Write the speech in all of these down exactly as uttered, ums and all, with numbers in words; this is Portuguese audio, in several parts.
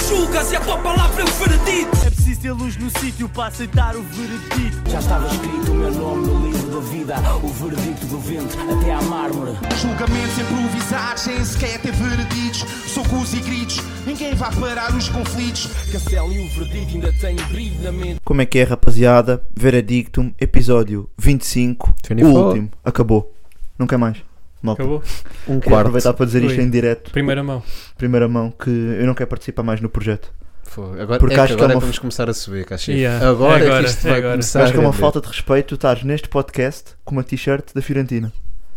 julgas e a tua palavra é o veredito. É preciso ter luz no sítio para aceitar o veredito. Já estava escrito o meu nome no livro da vida, o veredito do vento até à mármore. Julgamentos improvisados, sem sequer ter vereditos. Socos e gritos, ninguém vai parar os conflitos. Castelo e o veredito ainda têm brilho na mente. Como é que é, rapaziada? Veredictum, episódio vinte e cinco, vinte e quatro. o último. Acabou. Não quer mais. Malta. Acabou. Um Quero quarto. aproveitar para dizer isto Ui. em direto, Primeira mão. primeira mão, que eu não quero participar mais no projeto. Foi. Agora, Porque é acho que que é agora uma- vamos começar a subir, Caxias. Yeah. Agora É é agora, que isto é vai agora. começar Eu acho que é uma render. falta de respeito tu estás neste podcast com uma t-shirt da Fiorentina.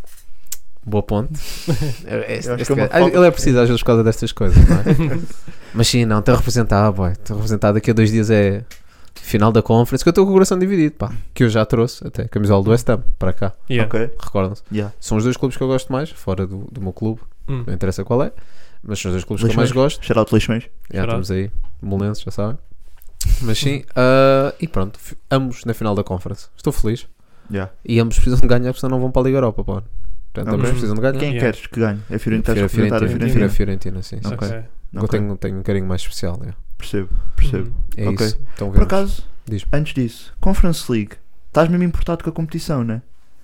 Boa ponte. Eu Este, acho este que é uma gajo- falta ele é de preciso às vezes por causa destas coisas, não é? Mas sim, não, estou a representar, boy. Estou a representar. Daqui a dois dias é final da conference, que eu estou com o coração dividido, pá. Que eu já trouxe até a camisola do West Ham para cá. Yeah. Ok? Recordam-se? Yeah. São os dois clubes que eu gosto mais, fora do, do meu clube. Hum. Não interessa qual é. Mas são os dois clubes que eu mais Lixões. gosto. Shout out Lixões. Já Shout out. estamos aí, molenses, já sabem. Mas sim, ah, e pronto, f- ambos na final da conference. Estou feliz. Yeah. E ambos precisam de ganhar, porque senão não vão para a Liga Europa, pá. Portanto, ambos Ok. precisam de ganhar. Quem Yeah. queres que ganhe? É a Fiorentina. Prefiro a Estás a representar a Fiorentina, Fiorentina. prefiro a Fiorentina, sim. sim. Ok. Ok. Eu Ok. tenho, tenho um carinho mais especial. é. Percebo, percebo. Hum. É Ok. isso. Então, Por vemos. acaso, Diz-me. antes disso, Conference League, estás mesmo importado com a competição, né?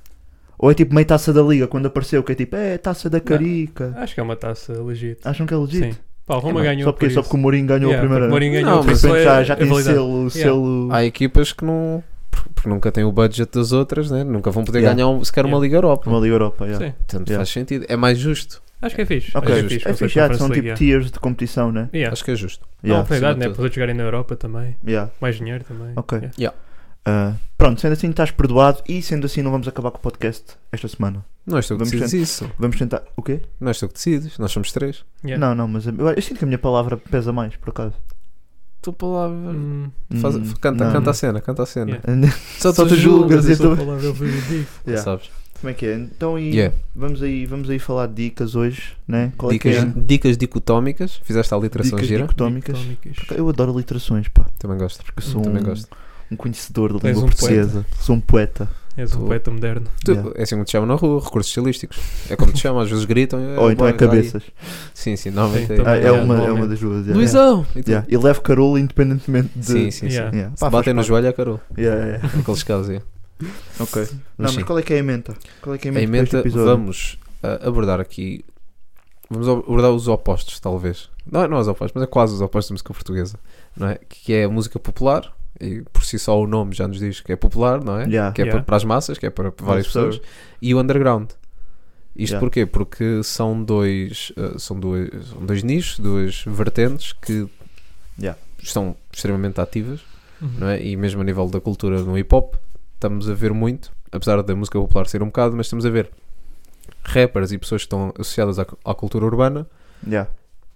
Ou é tipo meio taça da liga, quando apareceu, que é tipo, é taça da Carica. Acho que é uma taça legítima. Acham que é legítimo? Sim. Pá, o Roma É, ganhou. só porque, por só isso. porque o Mourinho ganhou Yeah, a primeira. porque o Mourinho Não, ganhou, por mas isso De repente é- já, já é tem validado. selo, Yeah. selo. Há equipas que não. Porque nunca têm o budget das outras, né? Nunca vão poder Yeah. ganhar um- sequer uma Yeah. Liga Europa. Uma Liga Europa, yeah. Sim. Portanto, Yeah. faz sentido. É mais justo. Acho que é fixe. Ok, Acho é que justo. é é fixe, já, fixe. são tipo tiers de competição, né? Yeah. Acho que é justo. Não, Yeah. oportunidade, né? acima de Para outros jogarem na Europa também. Yeah. Mais dinheiro também. Ok. Yeah. Yeah. Ah, pronto, sendo assim estás perdoado e sendo assim não vamos acabar com o podcast esta semana. Não és tu que Vamos decides tentar- isso. Vamos tentar. O quê? Não és tu que decides. Nós somos três. Yeah. Não, não, mas eu, eu sinto que a minha palavra pesa mais, por acaso. Tua palavra. Hum. Faz- Hum, canta, não, canta não. a cena, canta a cena. Yeah. Só, Só tu tu julgas julgas. e Essa tu- palavra eu vejo. Yeah. Sabes? Como é que é? Então e Yeah. vamos, aí, vamos aí falar de dicas hoje, né? Qual é Dicas, que é? dicas dicotómicas. Fizeste a literação Dicas gira. dicotómicas. Dicotómicas. Porque eu adoro literações, pá. Também gosto. Porque sou Também um, gosto. um conhecedor da Tu és língua um portuguesa. Sou um poeta. És um Tu- poeta moderno. Tu- Yeah. É assim como te chamam na rua, recursos estilísticos. É como te chamam, às vezes gritam. Ou então é boy, vai. cabeças. Sim, sim, normalmente Sim, é. também. Ah, é, Yeah, uma, é normalmente. uma das duas. Yeah. Luizão! E tu? Yeah. E levo carolo independentemente de. Sim, sim, sim. Yeah. Yeah. Se Pá, batem faz no parte. joelho é caro. Yeah, yeah. Naqueles casos aí. Ok. Não, Mas mas sim. qual é que é a emenda? Qual é que é a A emenda para este emenda, episódio? vamos ah, abordar aqui. Vamos abordar os opostos, talvez. Não, é- não os opostos, mas é quase os opostos da música portuguesa. Não é? Que é a música popular. E por si só o nome já nos diz que é popular, não é? Yeah. Que é Yeah. para, para as massas, que é para várias Yes, pessoas. sir. E o underground. Isto Yeah. porquê? Porque são dois, ah, são dois, são dois nichos, duas vertentes que Yeah. estão extremamente ativas, Uhum. não é? E mesmo a nível da cultura no hip hop, estamos a ver muito, apesar da música popular ser um bocado, mas estamos a ver rappers e pessoas que estão associadas à, à cultura urbana Yeah.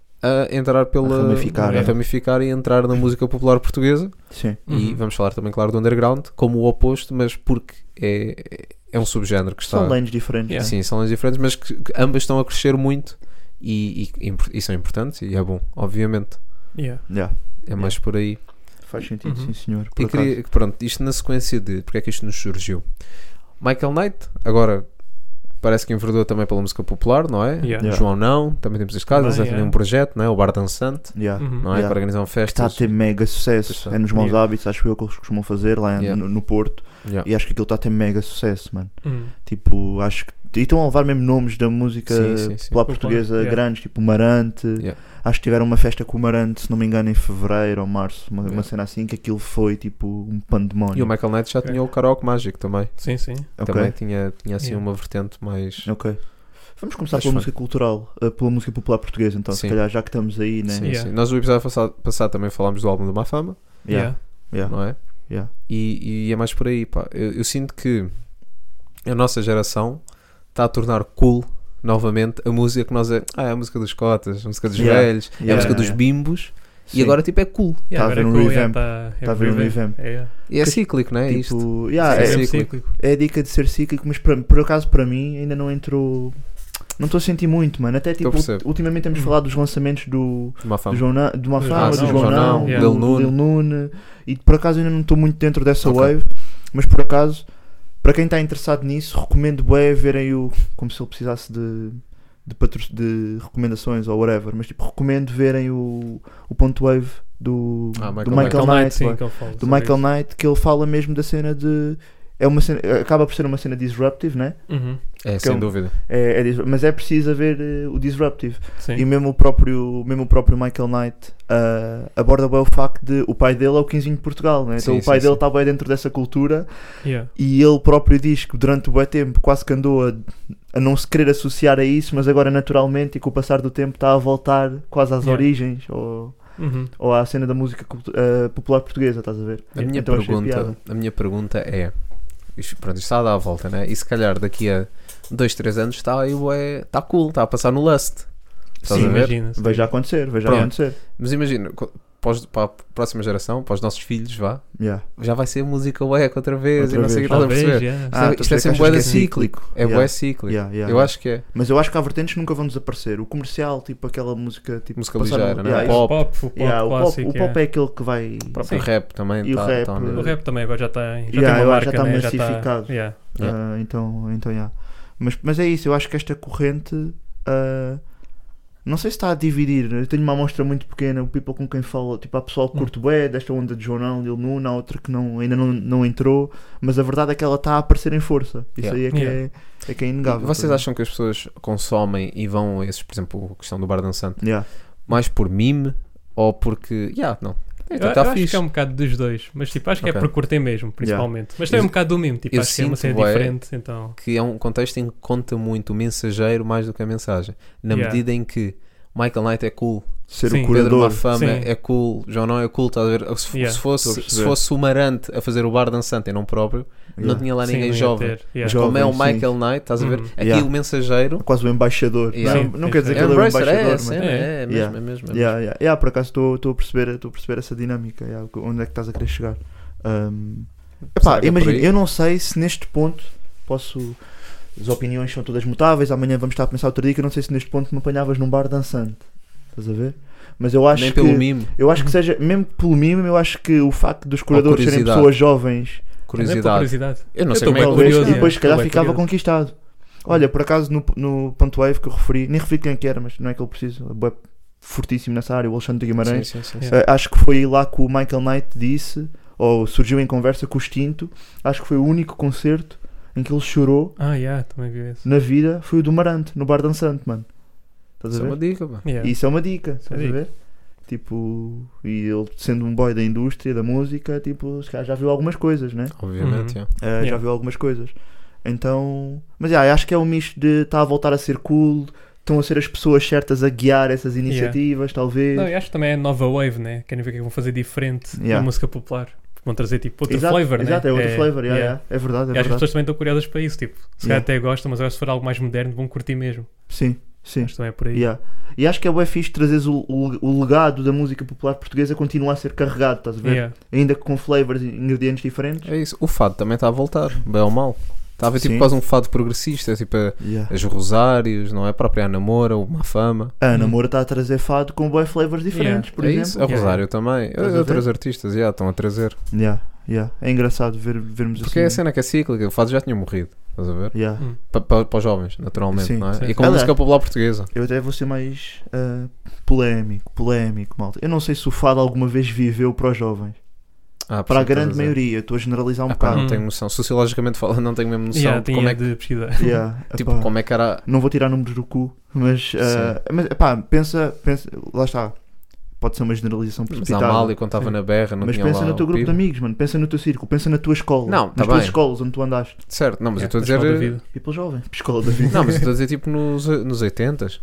a entrar pela A ramificar, a é. ramificar e entrar na música popular portuguesa. Sim. E Uhum. vamos falar também, claro, do underground como o oposto, mas porque é, é um subgénero que está. São lanes diferentes. Yeah. Sim, são lanes diferentes, mas que, que ambas estão a crescer muito e, e, e são importantes e é bom, obviamente. Yeah. Yeah. É mais por aí. Faz sentido, Uhum. sim senhor. Por E acaso. queria, pronto, isto na sequência de porque é que isto nos surgiu. Michael Knight, agora parece que enverdou também pela música popular, não é? Yeah. Yeah. João não, também temos este caso, eles já Também, têm yeah. um projeto, não é? O Bar Dançante, Yeah. Uhum. não é? Yeah. Que organizam Que está a festas. ter mega sucesso. Está. É nos maus Yeah. hábitos, acho eu que eles costumam fazer lá Yeah. no, no Porto. Yeah. E acho que aquilo está a ter mega sucesso, mano. Uhum. Tipo, acho que. E estão a levar mesmo nomes da música Sim, sim, sim. popular Popular, portuguesa yeah. grandes, tipo o Marante. Yeah. Acho que tiveram uma festa com o Marante, se não me engano, em fevereiro ou março, uma, uma Yeah. cena assim, que aquilo foi tipo um pandemónio. E o Michael Knight já Ok. tinha o karaoke mágico também. Sim, sim. Ok. Também tinha, tinha assim Yeah. uma vertente mais. Ok. Vamos começar Acho pela fun. música cultural, uh, pela música popular portuguesa, então, Sim. se calhar já que estamos aí, né? Sim, Yeah. sim. Nós no episódio passado, passado também falámos do álbum do Má Fama, Yeah. Yeah. não é? Yeah. E, e é mais por aí, pá. Eu, eu sinto que a nossa geração está a tornar cool novamente a música que nós é. Ah, é a música dos cotas, a música dos Yeah. velhos, é a Yeah, música yeah, dos yeah. bimbos. Sim. E agora tipo é cool. Yeah, Tá a agora haver um é cool, revamp. yeah, tá- é Tá a haver um revamp. revamp. É, yeah. E é Que- cíclico, não é Tipo, isto? yeah, Sim, é, sim. sempre cíclico. cíclico. é a dica de ser cíclico, mas por, por acaso para mim ainda não entrou. Não estou a sentir muito, mano. Até tipo, Eu percebo. ultimamente temos falado dos lançamentos do, Má do Fama. João Na, do Má Do Fama, João do Não, João João Não, Não, do yeah. Lil Nun. Lil Nun, e por acaso ainda não estou muito dentro dessa Ok. wave, mas por acaso, para quem está interessado nisso, recomendo bué verem o, como se ele precisasse de, de, patro... de recomendações ou whatever, mas tipo, recomendo verem o, o Ponto Wave do, Ah, do Michael Michael Michael Knight, Knight, sim, bué. que ele fala do sobre Michael isso. Knight, que ele fala mesmo da cena de. É uma cena, acaba por ser uma cena disruptive, né? Uhum. É, sem é um- dúvida. É, é dis- mas é preciso haver eh, o disruptive. Sim. E mesmo o próprio, mesmo o próprio Michael Knight ah, aborda bem o facto de o pai dele é o quinzinho de Portugal, né? Então Sim, o pai sim, dele sim. está bem dentro dessa cultura Yeah. e ele próprio diz que durante o bom tempo quase que andou a, a não se querer associar a isso, mas agora naturalmente e com o passar do tempo está a voltar quase às Yeah. origens ou, Uhum. ou à cena da música cultu- ah, popular portuguesa, estás a ver? A minha, Então achei pergunta, piada. a minha pergunta é: isto, pronto, isto está a dar a volta, né? E se calhar daqui a dois, três anos está aí, ué, está cool, está a passar no Lust. Estás Sim, a ver? imagina. sim. Veja acontecer, veja Pronto. acontecer. Mas imagina, co- para, os- para a próxima geração, para os nossos filhos, vá, Yeah. já vai ser música ué outra vez Outra e não sei o que estás a Talvez, perceber. yeah. Isto Ah, é, tu isto é achas sempre que bué de é cíclico. cíclico. É Yeah. bué cíclico. Yeah, yeah, Eu yeah. acho que é. Mas eu acho que há vertentes que nunca vão desaparecer. O comercial, tipo aquela música tipo, Música passaram- ligeira, né? Yeah, O isso- pop. O pop, o pop yeah, o pop, clássico. o pop é aquele que vai. O próprio Sim. rap também E o está rap, tá uh, onde- O rap também agora já tem, já Yeah, tem eu uma acho que marca, já está né? Já massificado. está. Yeah. Yeah. Ah, então, então yeah. mas, mas é isso, eu acho que esta corrente ah, não sei se está a dividir. Eu tenho uma amostra muito pequena, o people com quem falo, tipo, há pessoal que curte bué desta onda de João, Lil Nun, há outra que não, ainda não, não entrou, mas a verdade é que ela está a aparecer em força. Isso Yeah. aí é que, Yeah. é, é que é E inegável. vocês acham que as pessoas consomem e vão a esses, por exemplo, a questão do Bar Dançante, Yeah. mais por mime ou porque. Yeah, não. Eu, Então eu tá acho fixe. que é um bocado dos dois, mas tipo, acho que Ok. é por curtem mesmo, principalmente. Mas tem Eu- um bocado do mimo, tipo, eu acho que é uma sinto, cena bué, diferente, então. Que é um contexto em que conta muito o mensageiro mais do que a mensagem. Na Yeah. medida em que Michael Knight é cool, Ser Sim. o Pedro curador. Mafama Sim. é cool, João não é cool, estás a ver? Se, Yeah. se fosse, Estou a se perceber. fosse o Marante a fazer o Bar Dançante em nome próprio, não Yeah. tinha lá Sim, ninguém não ia jovem. ter, yeah. Jovem. Como é o sim. Michael Knight, estás a ver? Uhum. Aqui Yeah. o mensageiro. Quase o embaixador. Yeah. Não, não quer dizer É que ele é o Embracer, embaixador, é, mas. cena, é, é mesmo, Yeah. é mesmo. É Yeah, yeah. Yeah, por acaso estou a perceber, estou a perceber essa dinâmica. Yeah, onde é que estás a querer chegar? Um, epá, Será que é por imagina, aí? eu não sei se neste ponto posso. As opiniões são todas mutáveis. Amanhã vamos estar a pensar outro dia que eu não sei se neste ponto me apanhavas num bar dançante. Estás a ver? Mas eu acho Nem que. pelo mimo, Eu acho que seja, mesmo pelo mimo, eu acho que o facto dos curadores serem curiosidade. pessoas jovens Não é por curiosidade. curiosidade. Eu não Eu sei tô como é bem que talvez, curioso, e depois é. se calhar Tô bem ficava curioso. conquistado. Olha, por acaso no, no Ponto Wave que eu referi, nem referi quem é que era, mas não é que ele precisa, é bué fortíssimo nessa área, o Alexandre de Guimarães. Sim, sim, sim, sim. Yeah. Uh, acho que foi lá que o Michael Knight disse, ou surgiu em conversa com o Extinto, acho que foi o único concerto em que ele chorou Ah, yeah, também vi isso. na vida, foi o do Marante, no Bar Dançante, mano. Estás Isso a é ver? uma dica, pá. Yeah. E isso é uma dica, Isso é estás a dica. ver? Tipo, e ele sendo um boy da indústria, da música, tipo, se calhar já viu algumas coisas, né? Obviamente, Uhum. yeah. Uh, Já Yeah. viu algumas coisas. Então, mas yeah, acho que é um misto de estar a voltar a ser cool, estão a ser as pessoas certas a guiar essas iniciativas, talvez. Não, eu acho que também é nova wave, né? Querem ver o que é que vão fazer diferente Yeah. da música popular. Vão trazer tipo outro exato, flavor, né? exato, é outro flavor, yeah, yeah. yeah, é verdade, é E acho que as verdade. pessoas também estão curiosas para isso, tipo, se calhar Yeah. até gostam, mas agora se for algo mais moderno vão curtir mesmo. Sim, sim. Acho que também é por aí. Yeah. E acho que é bem fixe trazeres o, o, o legado da música popular portuguesa continua a ser carregado, estás a ver? Yeah. Ainda que com flavors e ingredientes diferentes. É isso. O fado também está a voltar, bem ou mal. Está a ver tipo Sim. quase um fado progressista, tipo a- Yeah. as Rosários, não é? A própria Namora, o Mafama. A Namora está a trazer fado com bem flavors diferentes, Yeah. por É exemplo. isso, a Rosário também. Estás a Outros ver? artistas já estão a trazer. Yeah, yeah. É engraçado ver, vermos Porque assim. é a cena que é cíclica, o fado já tinha morrido, estás a ver? Yeah. Hum. Pa- pa- Para os jovens, naturalmente, Sim, não é? sim. E com a Aliás, música popular portuguesa. Eu até vou ser mais ah, polémico, polémico, malta. Eu não sei se o fado alguma vez viveu para os jovens. Ah, Para a percebo o que grande estás a dizer. maioria, estou a generalizar um Ah, pá, bocado. não Hum. tenho noção. Sociologicamente falando, não tenho mesmo noção Yeah, de tinha como é que. de pesquisar. Yeah, Tipo, epá, como é que era. Não vou tirar números do cu, mas, ah, mas epá, pensa, pensa, lá está. Pode ser uma generalização Mas a precipitada. Amália, quando estava Sim. na berra, não Mas tinha pensa lá no teu o grupo de pibe. amigos, mano. Pensa no teu círculo, pensa na tua escola. Não, tá nas tuas bem. escolas onde tu andaste. Certo, não, mas eu Yeah, estou a a escola da dizer. vida. E pelo jovem, escola da vida. Não, mas eu estou a dizer tipo nos, nos oitentas.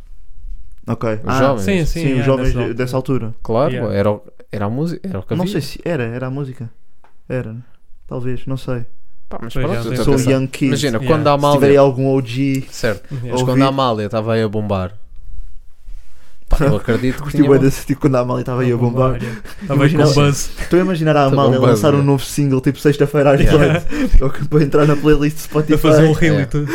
Ok. Os Ah, jovens. Sim, sim, sim, os yeah, jovens nessa de- dessa altura. Claro, Yeah. era, o- era a música. Era o que Não havia. sei se era, era a música. Era, né? Talvez, não sei. Pá, mas Pois, pronto, já eu sei. estou a Sou um pensar. young kid. Imagina, Yeah. quando a Se tiver aí Amália. algum O G, Certo, Yeah. mas Ouvi. quando a Amália estava aí a bombar, pá, eu acredito que curti tinha bué uma- desse tipo quando a Amália estava aí a bombar. yeah. Estava aí com Imagina- o buzz. Estou a imaginar a Tá Amália a bombando, lançar um yeah. novo single tipo sexta-feira às Yeah. noite ou que- para entrar na playlist Spotify. A fazer um reel Yeah. e tudo.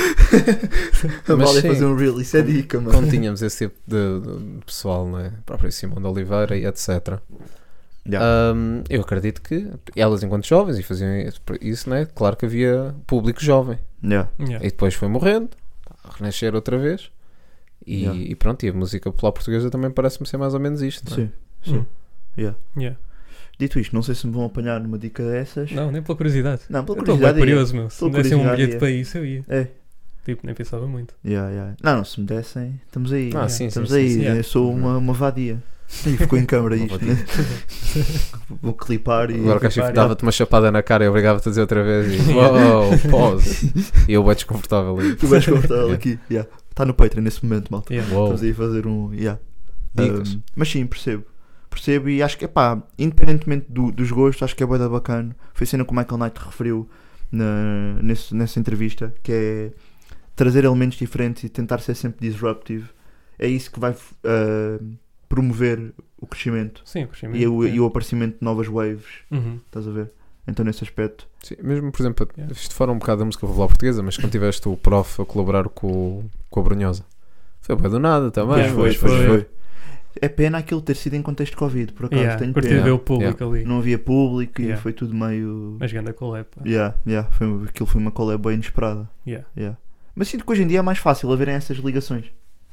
A Mas Amália sim. fazer um reel, isso é dica, mano. quando tínhamos esse tipo de, de pessoal, não é? O próprio Simão de Oliveira e etcétera. Yeah. Hum, eu acredito que elas, enquanto jovens, e faziam isso, né? Claro que havia público jovem. Yeah. E Yeah. depois foi morrendo, a renascer outra vez. E, Yeah. e pronto, e a música popular portuguesa também parece-me ser mais ou menos isto. Não é? Sim, sim. Hum. Yeah. Yeah. Dito isto, não sei se me vão apanhar numa dica dessas. Não, nem pela curiosidade. Não, pela Eu estou bem curiosidade. ia. curioso, meu. Se Pela me dessem um curiosidade, bilhete ia. para isso, eu ia. É. Tipo, nem pensava muito. Yeah, yeah. Não, não, se me dessem, estamos aí. Ah, né? sim, estamos sim, aí. sim, sim. Eu sou uma, uma vadia. E ficou em câmara Uma isto, vadia. né? Vou clipar e. Agora o Cachifo Repare. dava-te uma chapada na cara e obrigava-te a dizer outra vez e uou, pause. E eu bem desconfortável ali. Tu vais confortável Yeah. aqui. Yeah. Está no Patreon nesse momento, malta. Yeah. Uou. Estamos aí a fazer um. Yeah. Dicas. Um, mas sim, percebo. Percebo e acho que, pá, independentemente do- dos gostos, acho que é bué da bacana. Foi a cena que o Michael Knight referiu na, nesse- nessa entrevista, que é trazer elementos diferentes e tentar ser sempre disruptive. É isso que vai uh, promover o crescimento Sim, crescimento. e o, yeah. e o aparecimento de novas waves. Uhum. Estás a ver? Então, nesse aspecto, Sim, mesmo, por exemplo, Yeah. isto fora um bocado da música popular portuguesa, mas quando tiveste o prof a colaborar com, o- com a Brunhosa, foi bem do nada também. Pois foi, mas pois foi. É pena aquilo ter sido em contexto de Covid, por acaso. Yeah. Tenho Curti pena. ver o público ali. Não havia público Yeah. e foi tudo meio. Mas ganda colé, pá. Yeah, yeah, foi, aquilo foi uma collab bem inesperada. Yeah. Yeah. Mas sinto que hoje em dia é mais fácil haverem essas ligações.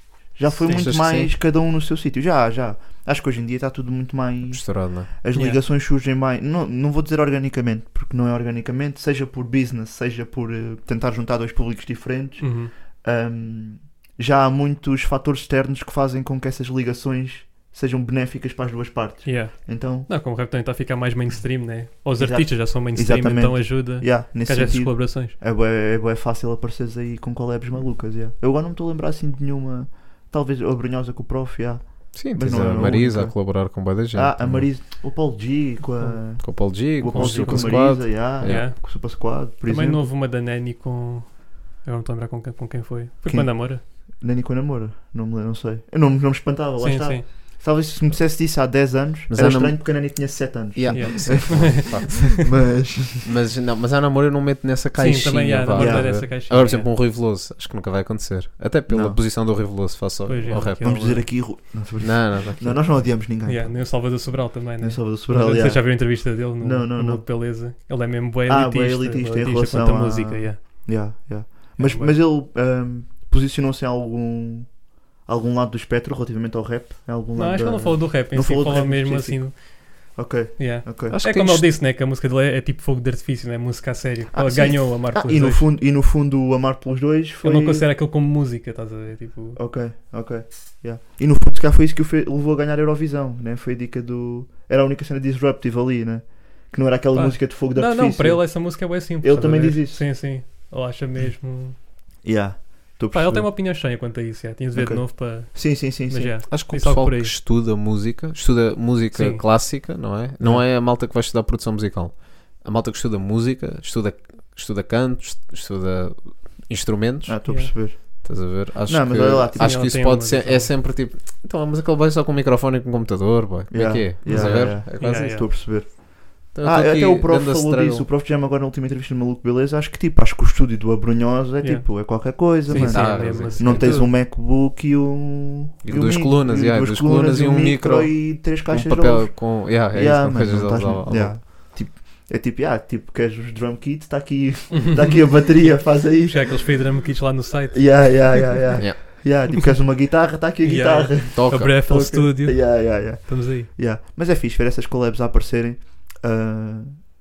Já foi Sim, muito achas que mais sim? cada um no seu sítio. Já, já. Acho que hoje em dia está tudo muito mais. Misturado, não é? As Yeah. ligações surgem mais. Não, não vou dizer organicamente, porque não é organicamente, seja por business, seja por eh, tentar juntar dois públicos diferentes. Uhum. Um, já há muitos fatores externos que fazem com que essas ligações sejam benéficas para as duas partes. Yeah. Então, Não, como o rap também está a ficar mais mainstream, né? Os Exato. artistas já são mainstream, Exatamente. então ajuda yeah, que nesse haja essas sentido, colaborações. é bué, é bué fácil apareceres aí com collabs malucas. Yeah. Eu agora não me estou a lembrar assim de nenhuma. Talvez a Brunhosa com o Prof. Yeah. Sim, Mas tens não é a a Marisa única. a colaborar com o da gente. Ah, a também. Marisa, o Paulo G com a. Com o Paulo G, Com o com o Paulo G, com Super a Marisa, Squad. yeah, Yeah. com o Super Squad, por Também exemplo. não houve uma da Nani com. Agora não estou a lembrar com quem, com quem foi. Foi Quem? com a Namora? Nani com a Namora, não, me, lembro, não sei. Eu não, não me espantava, lá Sim, está. sim. Talvez se me dissesse disso há dez anos, Mas era a Nam- estranho porque a Nani tinha sete anos. Yeah. Yeah. Sim, facto. Mas. mas, não, mas a namoro eu não meto nessa caixinha. Sim, também há, vá. Namora Yeah. yeah. dessa caixinha. Agora, por exemplo, um Rui Veloso, acho que nunca vai acontecer. Até pela Não. posição do Rui Veloso face ao, Pois é, ao rap. aquele- Vamos dizer aqui. Ru- Não, estou a brincar. Não, não, não. Não, nós não odiamos ninguém. Yeah, nem o Salvador Sobral também, né? Nem Salvador Não Sobral. sei se yeah. já viu a entrevista dele no, Não, não, no não. Look Beleza. Ele é mesmo bué Ah, elitista. bué elitista em relação quanto à à- música, yeah. Yeah, yeah. Mas, bué. mas ele ahm, posicionou-se em algum, algum lado do espectro relativamente ao rap? Em algum Não, lado acho que da- ele não falou do rap, em Não si falou do falou rap mesmo específico. assim. Ok, Yeah. ok. Acho É que como isto- ele disse, né? Que a música dele é, é tipo fogo de artifício, não é música a sério. Ah, Ele sim. ganhou a marca Ah, pelos e, no dois. fundo, e no fundo o Amar pelos dois foi. Ele não considera aquilo como música, estás a ver? Tipo, Ok, ok. Yeah. E no fundo, se calhar foi isso que o fe- levou a ganhar a Eurovisão, né? Foi a dica do. Era a única cena disruptive ali, né? Que não era aquela Pá. música de fogo de não, artifício. não, para ele essa música é bem simples. Ele estás a também ver? diz isso. Sim, sim. Ele acha mesmo. Yeah. Estou a Pá, ele tem perceber. uma opinião cheia quanto a isso. Já. Tinhas de ver Ok. de novo para. Sim, sim, sim. Mas sim. já. Acho que o Isso algo pessoal por que aí. estuda música, estuda música Sim. clássica, não é? Não é a malta que vai estudar produção musical. A malta que estuda música, estuda, estuda cantos, estuda instrumentos. Ah, estou a Yeah. perceber. Estás a ver? Acho Não, mas que, olha lá, tipo, acho ela que isso tem pode uma ser. visão. É sempre tipo. Então, mas aquele vai só com um microfone e com um computador, boy. Como Yeah, é que é? yeah, Estás a ver? yeah, É quase yeah, isso. Estou a perceber. Então, eu Ah, estou até aqui o prof dando a falou struggle. disso. O prof já agora na última entrevista no Maluco Beleza. Acho que tipo, acho que o estúdio do Abrunhosa é Yeah. tipo, é qualquer coisa, Sim, mano. sim, Ah, é mesmo assim. Não tens Tudo. um MacBook e um. E um duas mic- colunas, e yeah, duas duas colunas e um micro. e três Um caixas de papel ovos. com. Yeah, é Yeah, isso, com mano, coisas não ao- estás- ao- ao- yeah. Tipo, é tipo, yeah, tipo, queres os drum kits? Está aqui, tá aqui a bateria, faz aí. Já aqueles free drum kits lá no site. Yeah, yeah, yeah, yeah. Yeah. Yeah, tipo, queres uma guitarra? Está aqui a Yeah. guitarra. Toca. A F L Ok. Studio. Yeah, yeah, yeah. Estamos aí. Yeah. Mas é fixe ver essas collabs a aparecerem. ah,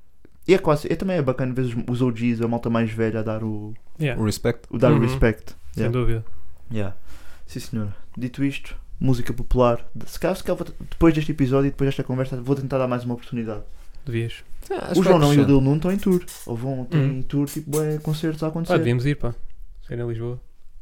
e é quase. É também é bacana ver os, os O Gs, a malta mais velha, a dar o, Yeah. O respect. o dar o Uhum. respect. Sem Yeah. dúvida. Yeah. Sim, senhora. Dito isto, música popular. Se calhar, se calhar vou- depois deste episódio e depois desta conversa, vou tentar dar mais uma oportunidade. Devias. Ah, acho O que João vai não e o crescer. Lil Nun estão em tour. Ou vão ter Hum. em tour, tipo, é concertos a Ah, acontecer. devíamos ir, pá. Ser em Lisboa.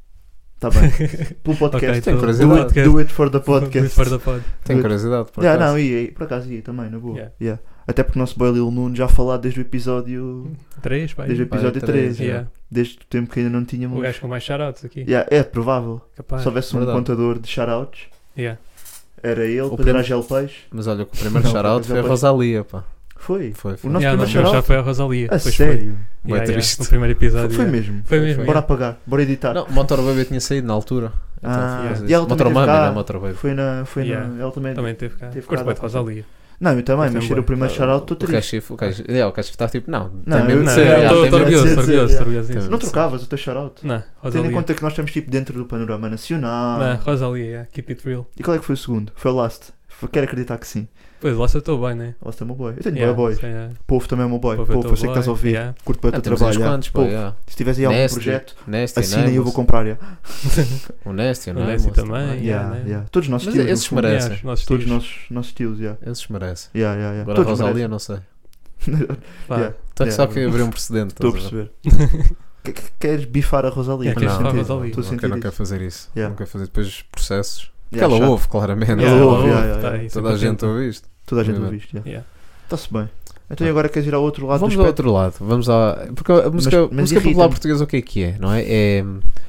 Tá bem. Pelo podcast. Ok, Tem então, curiosidade. do, it, do it for the podcast. For the pod. Tenho curiosidade. Por Yeah, acaso. não, ia, ia, por acaso ia também, na boa. Yeah. Yeah. Até porque o nosso boy Lil Nun já falado desde o episódio. Três, pá. Desde o Vai, episódio três, três. Yeah. Desde o tempo que ainda não tínhamos. O gajo com mais shoutouts aqui. Yeah, é provável. Capaz. Se houvesse um verdade. contador de shoutouts, Yeah. era ele, O depois era a prim- Gel Peixe. Mas olha, que o primeiro Não, shout-out mas foi a ele- Rosalia, pá. Foi. Foi, foi. O nosso Yeah, primeiro não, já shout-out. foi a Rosalia. A Depois sério? Foi. Bem Yeah, yeah, triste. O primeiro episódio. Foi, foi yeah. mesmo. Foi mesmo. Bora yeah. apagar, bora editar. Não, Motor Baby tinha saído na altura. Ah, Então, e ela também Motor teve Mami, cá. não é Motor Baby. Foi na. Foi Yeah. na ela também. Também teve cá. Teve Curto cá bem de da- Rosalia. Não, eu também, Este é mas um ser o bué. primeiro shout-out, estou O triste. Cashif, o Cashif, é, o Cashif está tipo, não, Não, tem mesmo eu- de não, ser, eu já, Estou tem estou mesmo de orgulhoso, ser. estou dizer, orgulhoso, yeah. estou orgulhoso disso. Não trocavas o teu shout-out? Não, Tendo em Rosalia. conta que nós estamos tipo dentro do panorama nacional. Não, Rosalia, yeah, keep it real. E qual é que foi o segundo? Foi o Last. Foi- Quero acreditar que sim. Pois, lá estou bem, né? O Last é o meu boy. Eu tenho Yeah, boy boys. sim, yeah. Povo também é o meu boy. Povo é Povo, teu eu sei que estás a boy, ouvir. yeah. Curto para o Ah, teu temos uns trabalho. yeah. quantos, pá, Povo, yeah. se tiveres aí algum Nasty, projeto, Nasty, assina e eu vou Nameless. comprar. Yeah. O Nasty, O não é? Nasty Moço, também, também. yeah. Yeah, né? yeah. Todos os nossos Mas estilos. esses no fundo. merecem. Yeah, os nossos Todos os tios. nossos, nossos estilos. Yeah. Esses merecem. Yeah, yeah, yeah. Agora a Todos Rosalia, merecem. não sei. Pá, Yeah. Então, Yeah. só que abrir um precedente. Estou a estás ver? perceber. Que- que- Queres bifar a Rosalia? Yeah, Estou a queres bifar a sentir. Rosalia. Estou a Não, sentir quero, não isso. quero fazer isso. Yeah. Não quero fazer depois processos. Porque Yeah, ela chato. ouve, claramente. Ela Yeah, ouve, ela yeah, ouve, yeah, tá, yeah. isso é Toda a gente contente. ouve isto. Toda a gente Obviamente. ouve isto. yeah. Yeah. Está-se bem. Então e agora queres ir ao outro lado Vamos do ao espectro? outro lado. Vamos à... Porque a música, mas música popular irrita-me. portuguesa o que é que é? Não é? É,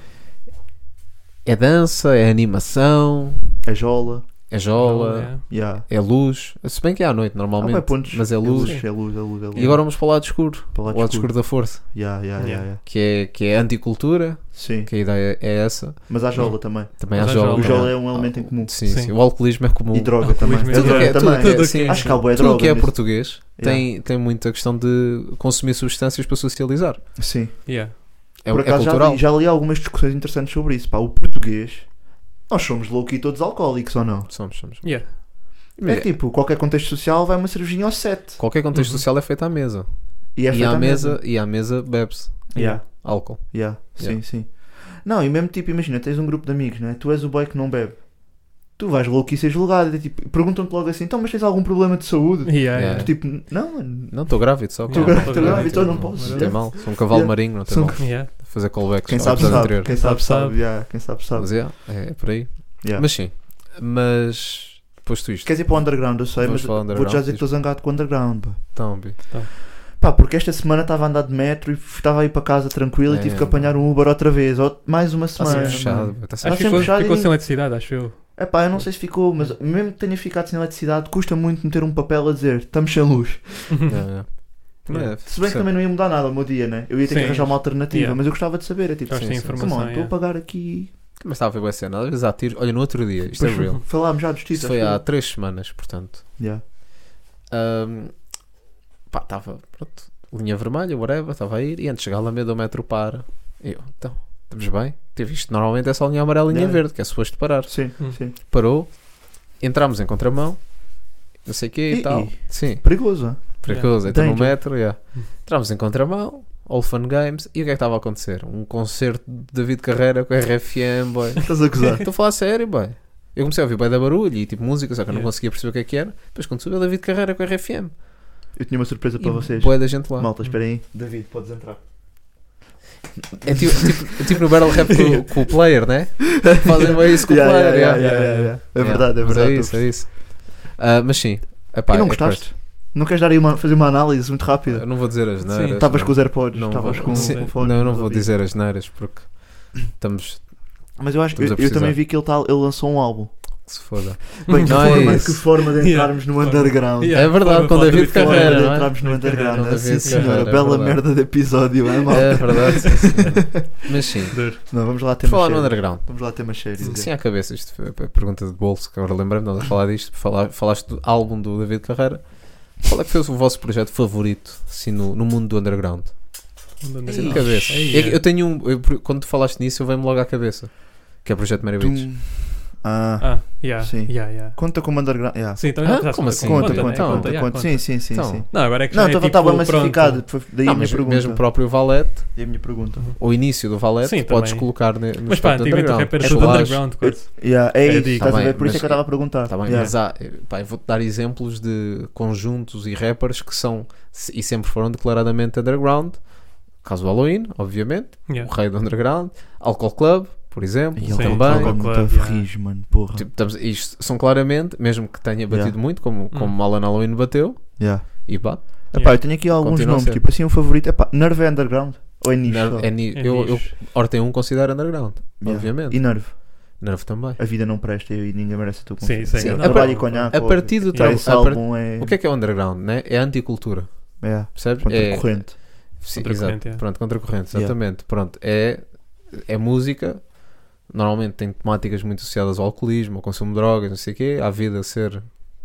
é dança, é animação, É jola. é jola, Yeah. Yeah. é luz. Se bem que é à noite Ah, normalmente, vai, pontos. mas é luz. É luz, é luz, é luz. E agora vamos para o lado escuro. Para o lado o lado escuro. escuro da força. Yeah, yeah, yeah, Yeah. yeah. Que é, que é anticultura, Sim. que a ideia é essa. Mas há jola também. Também Mas há há jola. jola. O jola é Ah, um elemento em comum. Sim, Sim. sim. O alcoolismo é comum. E droga Alcoolismo também. é A Tudo droga que é, tudo também. que é, Tudo sim, que é- Acho que há boa tudo droga. que é nisso. português Yeah. tem, tem muita questão de consumir substâncias para socializar. Sim. Yeah. É, Por é acaso já cultural. li, já li algumas discussões interessantes sobre isso. Pá, o português, nós somos low-key todos alcoólicos ou não? Somos, somos. Yeah. É que tipo, qualquer contexto social vai uma cervejinha ao sete. Qualquer contexto Uhum. social é feito à mesa. E é e, feito à à mesa, e à mesa bebe-se Yeah. álcool. Yeah. Yeah. Sim, sim. Não, e mesmo tipo, imagina, tens um grupo de amigos, né? Tu és o boy que não bebe. Tu vais low-key ser julgado. É, tipo, perguntam-te logo assim, então, mas tens algum problema de saúde? Yeah, Yeah. yeah. Tu tipo, não, mano. Não, estou grávido só. Estou claro. grávido, estou grávido, então não posso. Não tem mal. Sou um cavalo Yeah. marinho, não tem Sou um mal. Yeah. Fazer callbacks Quem ao sabe, episódio sabe. anterior. Quem sabe, Sabe, sabe. Yeah, quem sabe, sabe. Mas yeah, é por aí. Yeah. Mas sim. Mas, posto isto, Queres ir para o underground, eu sei, Vamos mas para o vou-te underground, já dizer que diz. estou zangado com o underground. Pá. então, Bi. Pá, porque esta semana estava a andar de metro e estava a ir para casa tranquilo É, e tive que apanhar um Uber outra vez. Ou mais uma Está semana. sempre fechado. mano. Está Acho sempre que sempre ficou, fechado ficou e- sem eletricidade, acho eu. É pá, eu não sei se ficou, mas mesmo que tenha ficado sem eletricidade, custa muito meter um papel a dizer estamos sem luz. Yeah, yeah. Também é, Se bem que percebo. também não ia mudar nada o meu dia, né? Eu ia ter que Sim. arranjar uma alternativa, Yeah. mas eu gostava de saber. É tipo, Gosto sim, de sim. informação. come on, estou a yeah. pagar aqui. Mas estava a ver boa cena. Às vezes há tiro. Olha, no outro dia, isto é Depois real. falámos já dos Isto títulos. foi há três semanas, portanto. Yeah. Ahm, pá, estava, pronto, linha vermelha, whatever, estava a ir, e antes de chegar lá meio do metro para. Eu, então, estamos bem? Teve isto, normalmente é só linha amarela e linha Yeah. verde, que é suposto parar. Sim, Hum. sim. Parou, entramos em contramão, não sei o quê e, E- tal. e? Sim, Perigoso. hein? perigoso, então no Danger. metro, yeah. Entramos em contramão, All Fun Games, e o que é que estava a acontecer? Um concerto de David Carreira com R F M, boy. Estás a gozar. Estou a falar sério, boy. Eu comecei a ouvir bem da barulho e tipo música, só que eu não Yeah. conseguia perceber o que é que era. Depois quando subiu David Carreira com R F M. Eu tinha uma surpresa para E vocês. bué da gente lá. Malta, esperem aí. David, podes entrar. É tipo, tipo, tipo no Battle Rap com, com o player, né? Fazem bem isso com Yeah, o player. yeah, yeah, yeah, yeah, yeah, yeah. yeah. É verdade, é Mas verdade. É isso, é isso. Ah, mas sim. Epá, E não é gostaste? Não queres dar aí uma, fazer uma análise muito crazy. rápida? Eu não vou dizer as neiras. Estavas com os AirPods, não estavas vou, com sim, o fone. Não, eu não nos vou ouvidos. dizer as neiras porque estamos. Mas eu acho que eu, Estamos a eu também precisar. vi que ele, tá, ele lançou um álbum. Que se foda. Bem, que, Não é forma, isso. que forma de Yeah. entrarmos no underground. Yeah. É verdade, Forma com para David David Forma Carreira, de não é? entrarmos no David underground. Carreira. Sim, David senhora. Carreira, é Bela verdade. merda de episódio, é mal? É verdade, sim, senhora. Mas sim. Não, vamos lá ter Por falar no sérios. underground. Vamos lá ter mais sérios. Sim, à cabeça, isto foi a pergunta de bolso, que agora lembrei-me, nós a falar disto, falar, falaste do álbum do David Carreira. Qual é que foi o vosso projeto favorito assim, no, no mundo do underground? Assim de Ei, cabeça. ei, É que eu tenho um. eu- quando tu falaste nisso, eu veio-me logo à cabeça. Que é o projeto Mary Beach. Tum. Ah, Ah, yeah, Sim. yeah, yeah. conta como underground. Yeah. Sim, então Ah, já já como se assim? Conta, né? conta, Então, conta, yeah, conta. Sim, sim, sim, Então. sim. Não, agora é que Não, já é estava tipo, estava pronto. massificado. Foi daí Não, a minha mas pergunta. mesmo o próprio Valete, Daí a minha pergunta. o início do Valete, Sim, podes também. colocar ne- no Mas pá, aspecto do antigamente o underground. rap era É tudo solagem. underground, quase. Yeah, é É isso, digo. estás Tá a ver? bem, Por isso é mas- que eu estava a perguntar. Tá bem, Yeah. mas há, pá, eu vou-te dar exemplos de conjuntos e rappers que são e sempre foram declaradamente underground. Caso do Halloween, obviamente, Yeah. o rei do underground, Alcohol Club, por exemplo, E ele Sim, também. também. Alcohol Muito Club, yeah. ferris, mano. Porra. Tipo, estamos- isto são claramente, mesmo que tenha batido Yeah. muito, como, como Alan Halloween bateu, Yeah. e bate. Epá, eu tenho aqui alguns Continua a nomes. ser. Tipo assim, um favorito. Epá, Nerve é underground? Ou é nicho? Nerve- só? é ni- É eu, eu, nicho. Horta um considero underground, Yeah. obviamente. E Nerve? Nerve também. A vida não presta e ninguém merece a tua Sim, confiança. sim. Sim, Não, a Trabalho e não, conhaque. A partir do óbvio. tra- Esse a par- álbum é. O que é que é underground, né? É anticultura, É. percebes? Contra É, corrente. sim, Contracorrente, exato. é. Pronto, contra corrente, Yeah. exatamente. Pronto, é, é música. Normalmente tem temáticas muito associadas ao alcoolismo, ao consumo de drogas, não sei o quê, à vida ser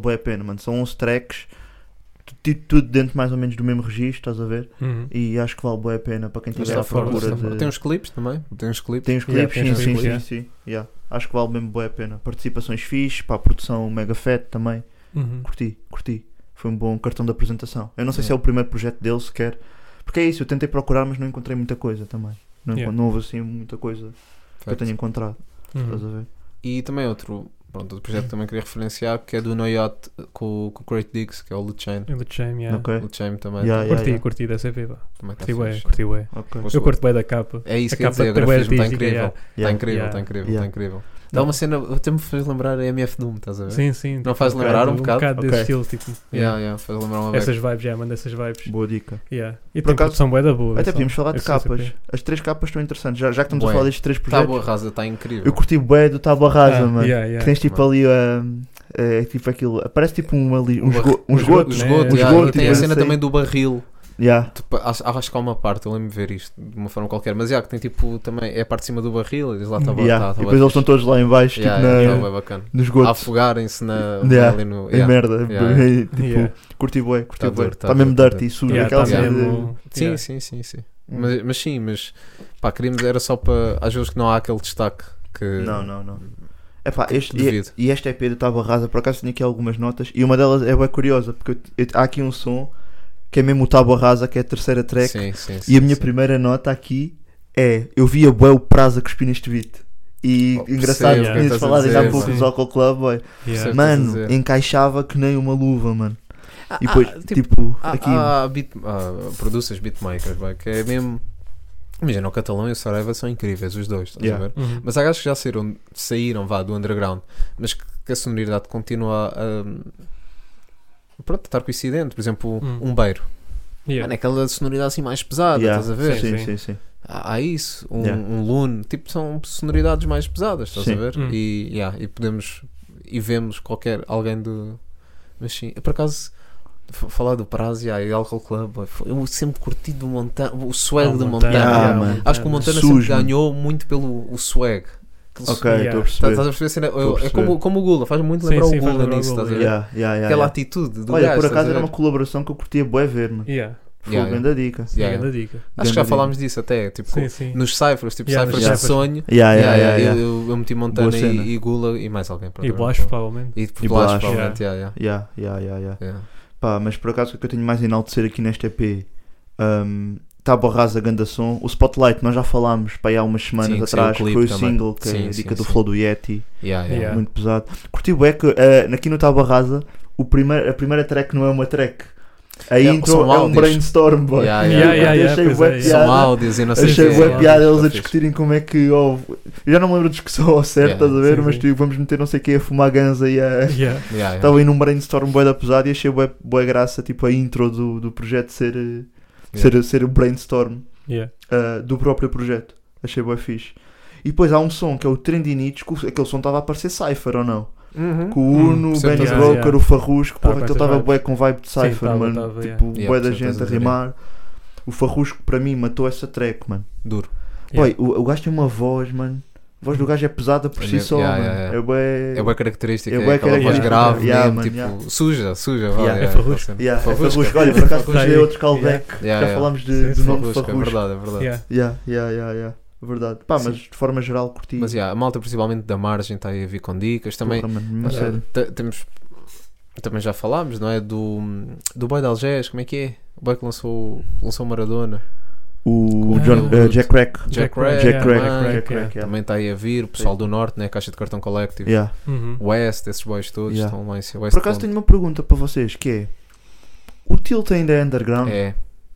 bué a pena, mano. São onze tracks. tudo, tudo dentro mais ou menos do mesmo registro, estás a ver? Uhum. E acho que vale bem a pena para quem Mas estiver está à procura forte, está de... forte. Tem uns clipes também. Tem uns clipes. Tem os Yeah, clipes, tem sim, os sim, clipes, sim, yeah. sim. Yeah. Acho que vale mesmo bem a pena. Participações fixe, para a produção mega fat também. Uhum. Curti, curti. Foi um bom cartão de apresentação. Eu não sei se é Yeah. o primeiro projeto dele sequer. Porque é isso, eu tentei procurar, mas não encontrei muita coisa também. Não, Yeah. não houve assim muita coisa que eu tenha encontrado. Estás a Uhum. ver? E também outro, pronto, outro projeto que também queria referenciar, que é do No Yacht com, com o Great Diggs, que é o Luchain. E o Shame, yeah. Ok. O Luchain também. Yeah, yeah. Curti, curti dessa viva. Também tá Curti bué, fixe. curti bué. Ok. Gosto Eu bué. curto bem da capa. É isso A que eu ia capa dizer, o tá bué grafismo está artística, incrível. yeah. Está Yeah. incrível, está Yeah. incrível, Yeah. está incrível. Dá uma cena, até me fez lembrar a M F Doom, estás a ver? Sim, sim. Não tipo, faz um lembrar um um bocado? bocado desse Ok. estilo, tipo. Yeah, yeah, faz lembrar uma Essas beca. vibes, já, manda essas vibes. Boa dica. Yeah. E Por tem acaso- produção bué da boa. Até só. podíamos falar de Esse C C P. capas. As três capas estão interessantes. Já, já que estamos Bué. a falar destes três projetos, Tábua rasa está incrível. eu curti bué do Tábua Rasa, Ah, mano. yeah, yeah. Que tens tipo ali a. É tipo aquilo. Parece tipo uma, li- um, Um esgo, um um esgoto. O né? esgoto, Um yeah, esgoto, e tem a tipo, cena assim. também do barril. Yeah. Tipo, acho, acho que há uma parte, eu lembro de ver isto de uma forma qualquer, mas yeah, que tem tipo também é a parte de cima do barril, eles lá está Yeah. tá, tá E depois eles estão todos lá em baixo, yeah, tipo yeah, na, tá bué bacana. no A esgoto. afogarem-se na Yeah. ali no. Em Yeah. merda. Yeah, E, tipo, Yeah. curti bué, curti Tá bué. duro, tá Está mesmo duro, tá dirty, duro. sujo. Yeah, Aquela tá cena de- mesmo- Sim, yeah. sim, sim, sim. Hum. Mas, mas sim, mas pá, queríamos, era só para. Às vezes que não há aquele destaque que. Não, não, não. Epá, Que este, devido. e, e esta E P do Tábua Rasa, por acaso tenho aqui algumas notas. E uma delas é bem curiosa, porque eu- eu- há aqui um som que é mesmo o Tábua Rasa, que é a terceira track. Sim, sim, E sim, a minha sim. primeira nota aqui é: eu via bué o prazo a cuspir neste beat. E Oh, engraçado, percebo o que tinhas estás a falado ainda há dizer, pouco sim. do Zócalo Club, boy. Yeah. Percebo. Mano, estás a dizer. encaixava que nem uma luva, mano. Ah, E depois, ah, tipo, tipo, há, aqui. há beat, há producers, beatmakers, vai, que é mesmo. Imagina, o Catalão e o Saraiva são incríveis, os dois, estás Yeah. a ver? Uhum. Mas há gajos que já saíram, saíram vá, do underground, mas que, que a sonoridade continua a. Pronto, a estar coincidente. Por exemplo, Hum. um beiro. Yeah. Mano, é aquela sonoridade assim mais pesada, Yeah, estás a ver? Sim, Sim. sim, sim. Há, há isso, um, Yeah. um Lune, tipo, são sonoridades mais pesadas, estás Sim. a ver? Hum. E, yeah, e podemos e vemos qualquer alguém do. Mas sim, eu, por acaso, f- falar do Prazo yeah, e Alcohol Club, boy, foi- eu sempre curti do Montana, o swag Ah, do Montana, Montana. Ah, yeah, mano. Acho que o Montana Sujo, sempre mano. ganhou muito pelo o swag. Aquele Ok, estou Yeah. a Tá- perceber. Estás a perceber? a cena? Eu- Estou a É perceber. como, como o Gula, faz muito Sim, lembrar sim, o faz Gula lembrar o nisso, Gula, estás a ver? Yeah, yeah, yeah, Aquela yeah. atitude do Olha, gajo. por estás a acaso era ver? uma colaboração que eu curtia bué ver, mano. Yeah. Foi Yeah, grande dica. Sim, Yeah, grande dica. Acho que já Grande falámos disso até, tipo, Sim, sim. nos cyphers, tipo Yeah, cyphers nos de cyphers. sonho. Yeah, Yeah, yeah, yeah, yeah, yeah. Eu, eu meti Montana Boa cena. e, e Gula e mais alguém. pronto, E agora Blasco, não- provavelmente. E, E Blasco, Blasco, provavelmente, yeah, yeah. Yeah, yeah, yeah, yeah. Yeah. Pá, mas por acaso o que eu tenho mais a enaltecer aqui neste E P, um, Tábua Rasa, ganda som. O Spotlight, nós já falámos para aí há umas semanas Sim, que saiu atrás, o que clipe foi o também. single, que é Sim, a dica sim, do sim. flow do Yeti, Yeah, yeah. Yeah. muito pesado. Curti bué que uh, aqui no Tábua Rasa, o primeiro, a primeira track não é uma track. A Yeah, intro são é um áudios. brainstorm, boy. Yeah, Yeah, yeah, yeah, Eu yeah, achei pois bué é, piada. São áudios e não sei o Achei quê. bué Yeah, piada tá eles a fixe. discutirem como é que. Oh, eu já não me lembro da discussão ao certo, Yeah, estás a ver? sim, Mas sim. tipo, vamos meter não sei o que a fumar ganza e a. Yeah. Yeah, yeah. Estava aí num brainstorm bué da pesada e achei bué, bué graça, tipo, a intro do, do projeto ser, eh, ser, ser o brainstorm Yeah. uh, do próprio projeto. Achei bué fixe. E depois há um som que é o Trendy Nietzsche, que o- aquele som estava a parecer Cypher ou não? Uhum. Com o Uno, o percebo Benny estás a dizer. Broker, Yeah. o Farrusco, Tava porra, com aquele essas estava vibes. bué com vibe de Sim, Cypher, tava, mano. tava, tipo, yeah. bué Yeah, da percebo gente a estás a dizer. rimar. O Farrusco para mim matou essa track, mano. Duro. Boy, o, o gajo tem uma voz, mano. A voz do gajo é pesada por É si mesmo, só, yeah, mano. yeah, yeah. É bué... É bem característica, É é bué aquela voz característica. grave Yeah, mesmo, man, tipo, yeah. suja, suja, vá, Yeah. É yeah, farrusco. aquela cena. Yeah, é Farrusco. Farrusco. Olha, por acaso Daí- já é outro callback. Yeah, Já yeah. falámos de, Sim, do sim. nome Farrusco, é Farrusco. verdade, é verdade. Yeah. Yeah, yeah, yeah, yeah. Verdade. Pá, mas Sim. de forma geral curti. Mas yeah, a malta principalmente da margem está aí a vir com dicas. Também Porra, mano, mesmo a eh, sério. te- temos, também já falámos, não é? Do, do boy de Algés, como é que é? O boy que lançou, lançou Maradona. O Ah, John, o- eh, Jack Crack. Jack Jack Crack, Jack Crack, também, Jack Crack, yeah. também está aí a vir. O pessoal do Norte, né? Caixa de Cartão Collective. Yeah. Uhum. West, esses boys todos Yeah. estão lá em cima. West Por acaso Front. tenho uma pergunta para vocês, que é... O Tilt ainda é underground? É.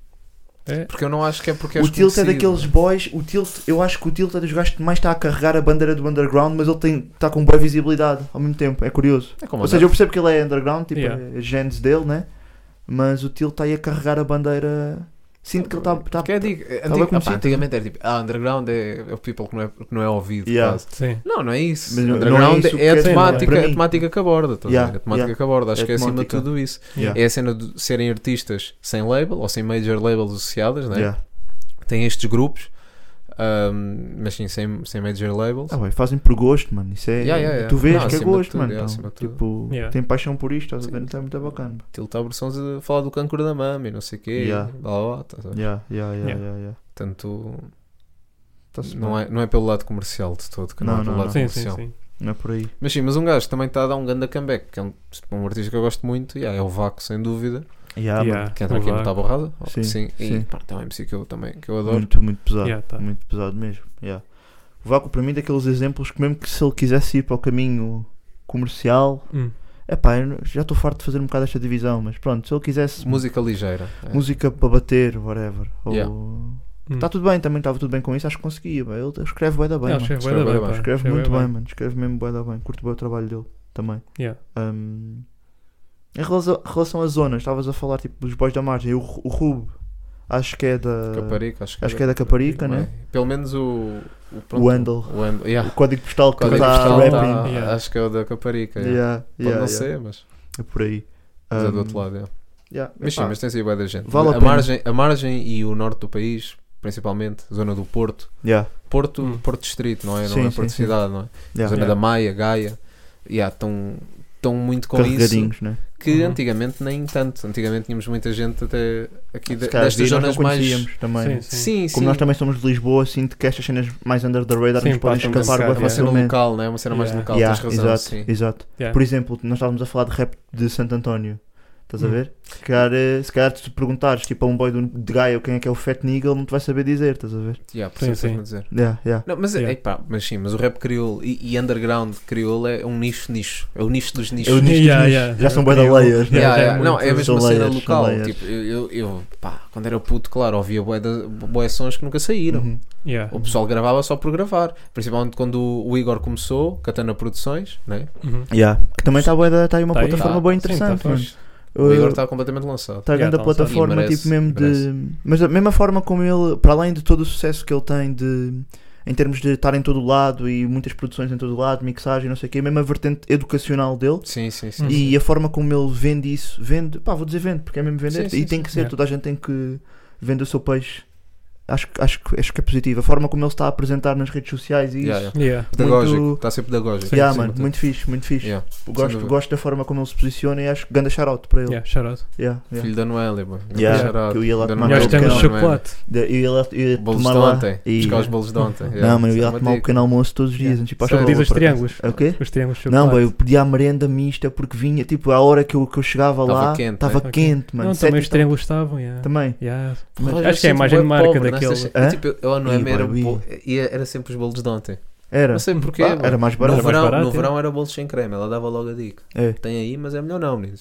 É. Porque eu não acho que é porque O és Tilt é conhecido. daqueles boys, o Tilt, eu acho que o Tilt é dos gajos que mais está a carregar a bandeira do underground, mas ele tem, está com boa visibilidade ao mesmo tempo, é curioso. É como Ou a seja, eu percebo que ele é underground, tipo, Yeah. é genes dele, né? Mas o Tilt está aí a carregar a bandeira. Sinto que ele está. Tá, Porque é digo, bem antig- conhecido. opá, antigamente era tipo, ah, underground é, é o people que não é, que não é ouvido. Yeah. quase. Sim. Não, não é isso. Mas não- underground não é isso é, a que é temática, para é a mim. temática que aborda. Estás a Yeah, ver? A temática yeah. que aborda. Acho É que é acima de temática. tudo isso. Yeah. É a cena de serem artistas sem label ou sem major labels associadas, né? Yeah. Tem estes grupos Um, mas sim, sem, sem major labels. Ah, ué, fazem por gosto, mano. Isso é. Yeah, yeah, yeah. Tu vês Não, que é acima de gosto, tudo, mano. yeah, Então, acima de tudo. tipo, Yeah. tem paixão por isto, estás a ver? Então é muito bacana. Aquilo está a versão a falar do cancro da mama e não sei o quê. Yeah. Blá, blá, blá, tá, tá. Yeah, yeah, yeah, Yeah. yeah, yeah. Portanto, Tá-se não bem. é, não é pelo lado comercial de todo, que não, Não, é pelo não, lado Sim, sim, comercial. sim. Não é por aí. Mas sim, mas um gajo que também está a dar um ganda comeback, que é um, um artista que eu gosto muito, yeah, é o Vaco, sem dúvida, Yeah, Yeah. mano. que entra o aqui no Vaco. Tá Borrada. Sim, sim. E sim. pá, tem um M C que eu também que eu adoro. Muito, muito pesado. Yeah, tá. Muito pesado mesmo. Yeah. O Vácuo, para mim, daqueles exemplos que, mesmo que se ele quisesse ir para o caminho comercial, Hum. é pá, eu já estou farto de fazer um bocado esta divisão, mas pronto, se ele quisesse Música ligeira. é. música para bater, whatever, ou Yeah. Hum. está tudo bem, também estava tudo bem com isso, acho que conseguia. Bem. Ele escreve bué da bem, Não, mano. escreve Escreve bué da bué bem, da pá. Escreve muito bué bem, mano. Escreve mesmo bué da bem. Curto bem o trabalho dele também. Yeah. Um, em relação, relação às zonas, estavas a falar tipo dos boys da margem. O, o Rube, acho que é da. Caparica, acho que, Acho que é da Caparica, né? É. Pelo menos o. O, pronto, O handle. O handle, yeah. O código postal que Código está postal rapping. tá- Yeah. Acho que é o da Caparica. yeah. Yeah, Pode yeah, não yeah. ser, mas, É por aí. mas é do Um, outro lado. yeah. yeah, Mas sim, epá, mas tem sido bué da gente. vale a a, pena. margem, a margem e o norte do país, principalmente, zona do Porto. yeah, Porto, Hum. Porto Distrito, não é? Sim, não é sim, Porto sim. Cidade, não é? yeah. Zona Yeah. da Maia, Gaia. Yeah, estão estão muito com isso. Carregadinhos, né? Que Uhum. antigamente nem tanto. Antigamente tínhamos muita gente até aqui de, Se calhar destas nós não zonas mais. conhecíamos também. Sim, sim. Sim, sim. Como nós também somos de Lisboa, sinto que estas cenas mais under the radar Sim, nos podem passam escapar um bué bocado, É uma cena facilmente. local, não é? Uma cena mais Yeah. local, Yeah, tens razão. exato, Sim. exato. Yeah. Por exemplo, nós estávamos a falar de rap de Santo António. Estás a Hum. ver? Se calhar, eh, se calhar te perguntares tipo, a um boy do- de Gaia quem é que é o Fat Nigga, ele não te vai saber dizer, estás a ver? Yeah, por Sim, isso é que sim. estás-me a dizer. Yeah, yeah. Não, mas, Yeah. é, epá, mas sim, mas o rap crioulo e, e underground crioulo é um nicho nicho. É o nicho dos nichos. Eu nicho, Yeah, nicho. yeah. Já são Eu bué da queria- layers, né? Yeah, já é yeah. Não, muito- é a mesma são cena layers, são local. layers. Tipo, eu, eu, eu, pá, quando era puto, claro, ouvia bué, de, bué sons que nunca saíram. Uhum. Yeah. O pessoal gravava só por gravar. Principalmente quando o, o Igor começou, Katana Produções, né? Uhum. Yeah. Que também está tá aí uma Tá aí, plataforma tá. bem Sim, interessante, tá mano. fixe. O Igor Uh, está completamente lançado. Está a Yeah, grande tá lançado. plataforma, E merece, tipo mesmo merece. de. Mas da mesma forma como ele, para além de todo o sucesso que ele tem de. Em termos de estar em todo o lado e muitas produções em todo o lado, mixagem, não sei o quê, mesmo a vertente educacional dele Sim, sim, sim. Uhum. e a forma como ele vende isso, vende, pá, vou dizer vende, porque é mesmo vender, Sim, e sim, tem sim. que ser, Yeah. toda a gente tem que vender o seu peixe. Acho, que- acho, que- acho que é positivo. A forma como ele está a apresentar nas redes sociais e isso. Yeah, yeah. Yeah. Pedagógico, Muito- está a ser pedagógico. Yeah, acima mano, de tudo. muito fixe, muito fixe. Yeah, sem Gosto, dúvida. gosto da forma como ele se posiciona e acho que ganda shout-out para ele. Yeah, shout out. Yeah, yeah. Filho da Noélia, mano. Yeah, Shout out. que eu ia lá Da tomar E Mas hoje o Noélia, temos pequeno- chocolate. De- Eu ia lá, eu ia Bolos tomar de lá ontem. e- Buscar os bolos de ontem. yeah. Não, mas eu Isso é ia uma tomar o dica. pequeno almoço todos os dias Yeah. antes de ir para a Sério? escola, Diz os por acaso. triângulos. É o quê? Os triângulos de Não, chocolate. boy, eu pedia a merenda mista porque vinha, tipo, à hora que eu, que eu chegava Tava lá, quente, estava né? quente, mano. Não, sete também e os tal. triângulos estavam. Yeah. Também. Yeah. Mas- Porra, Acho eu que é a sinto imagem bué de marca pobre daquele. nessas- Hã? Tipo, eu não é Ih, era, Barbie. bo- ia- era sempre os bolos de ontem. Era. Não sei porquê. Ah, mano. era mais No barato. Era mais verão, barato, no é. verão era bolos sem creme, ela dava logo a dica. É. Tem aí, mas é melhor não, meninos.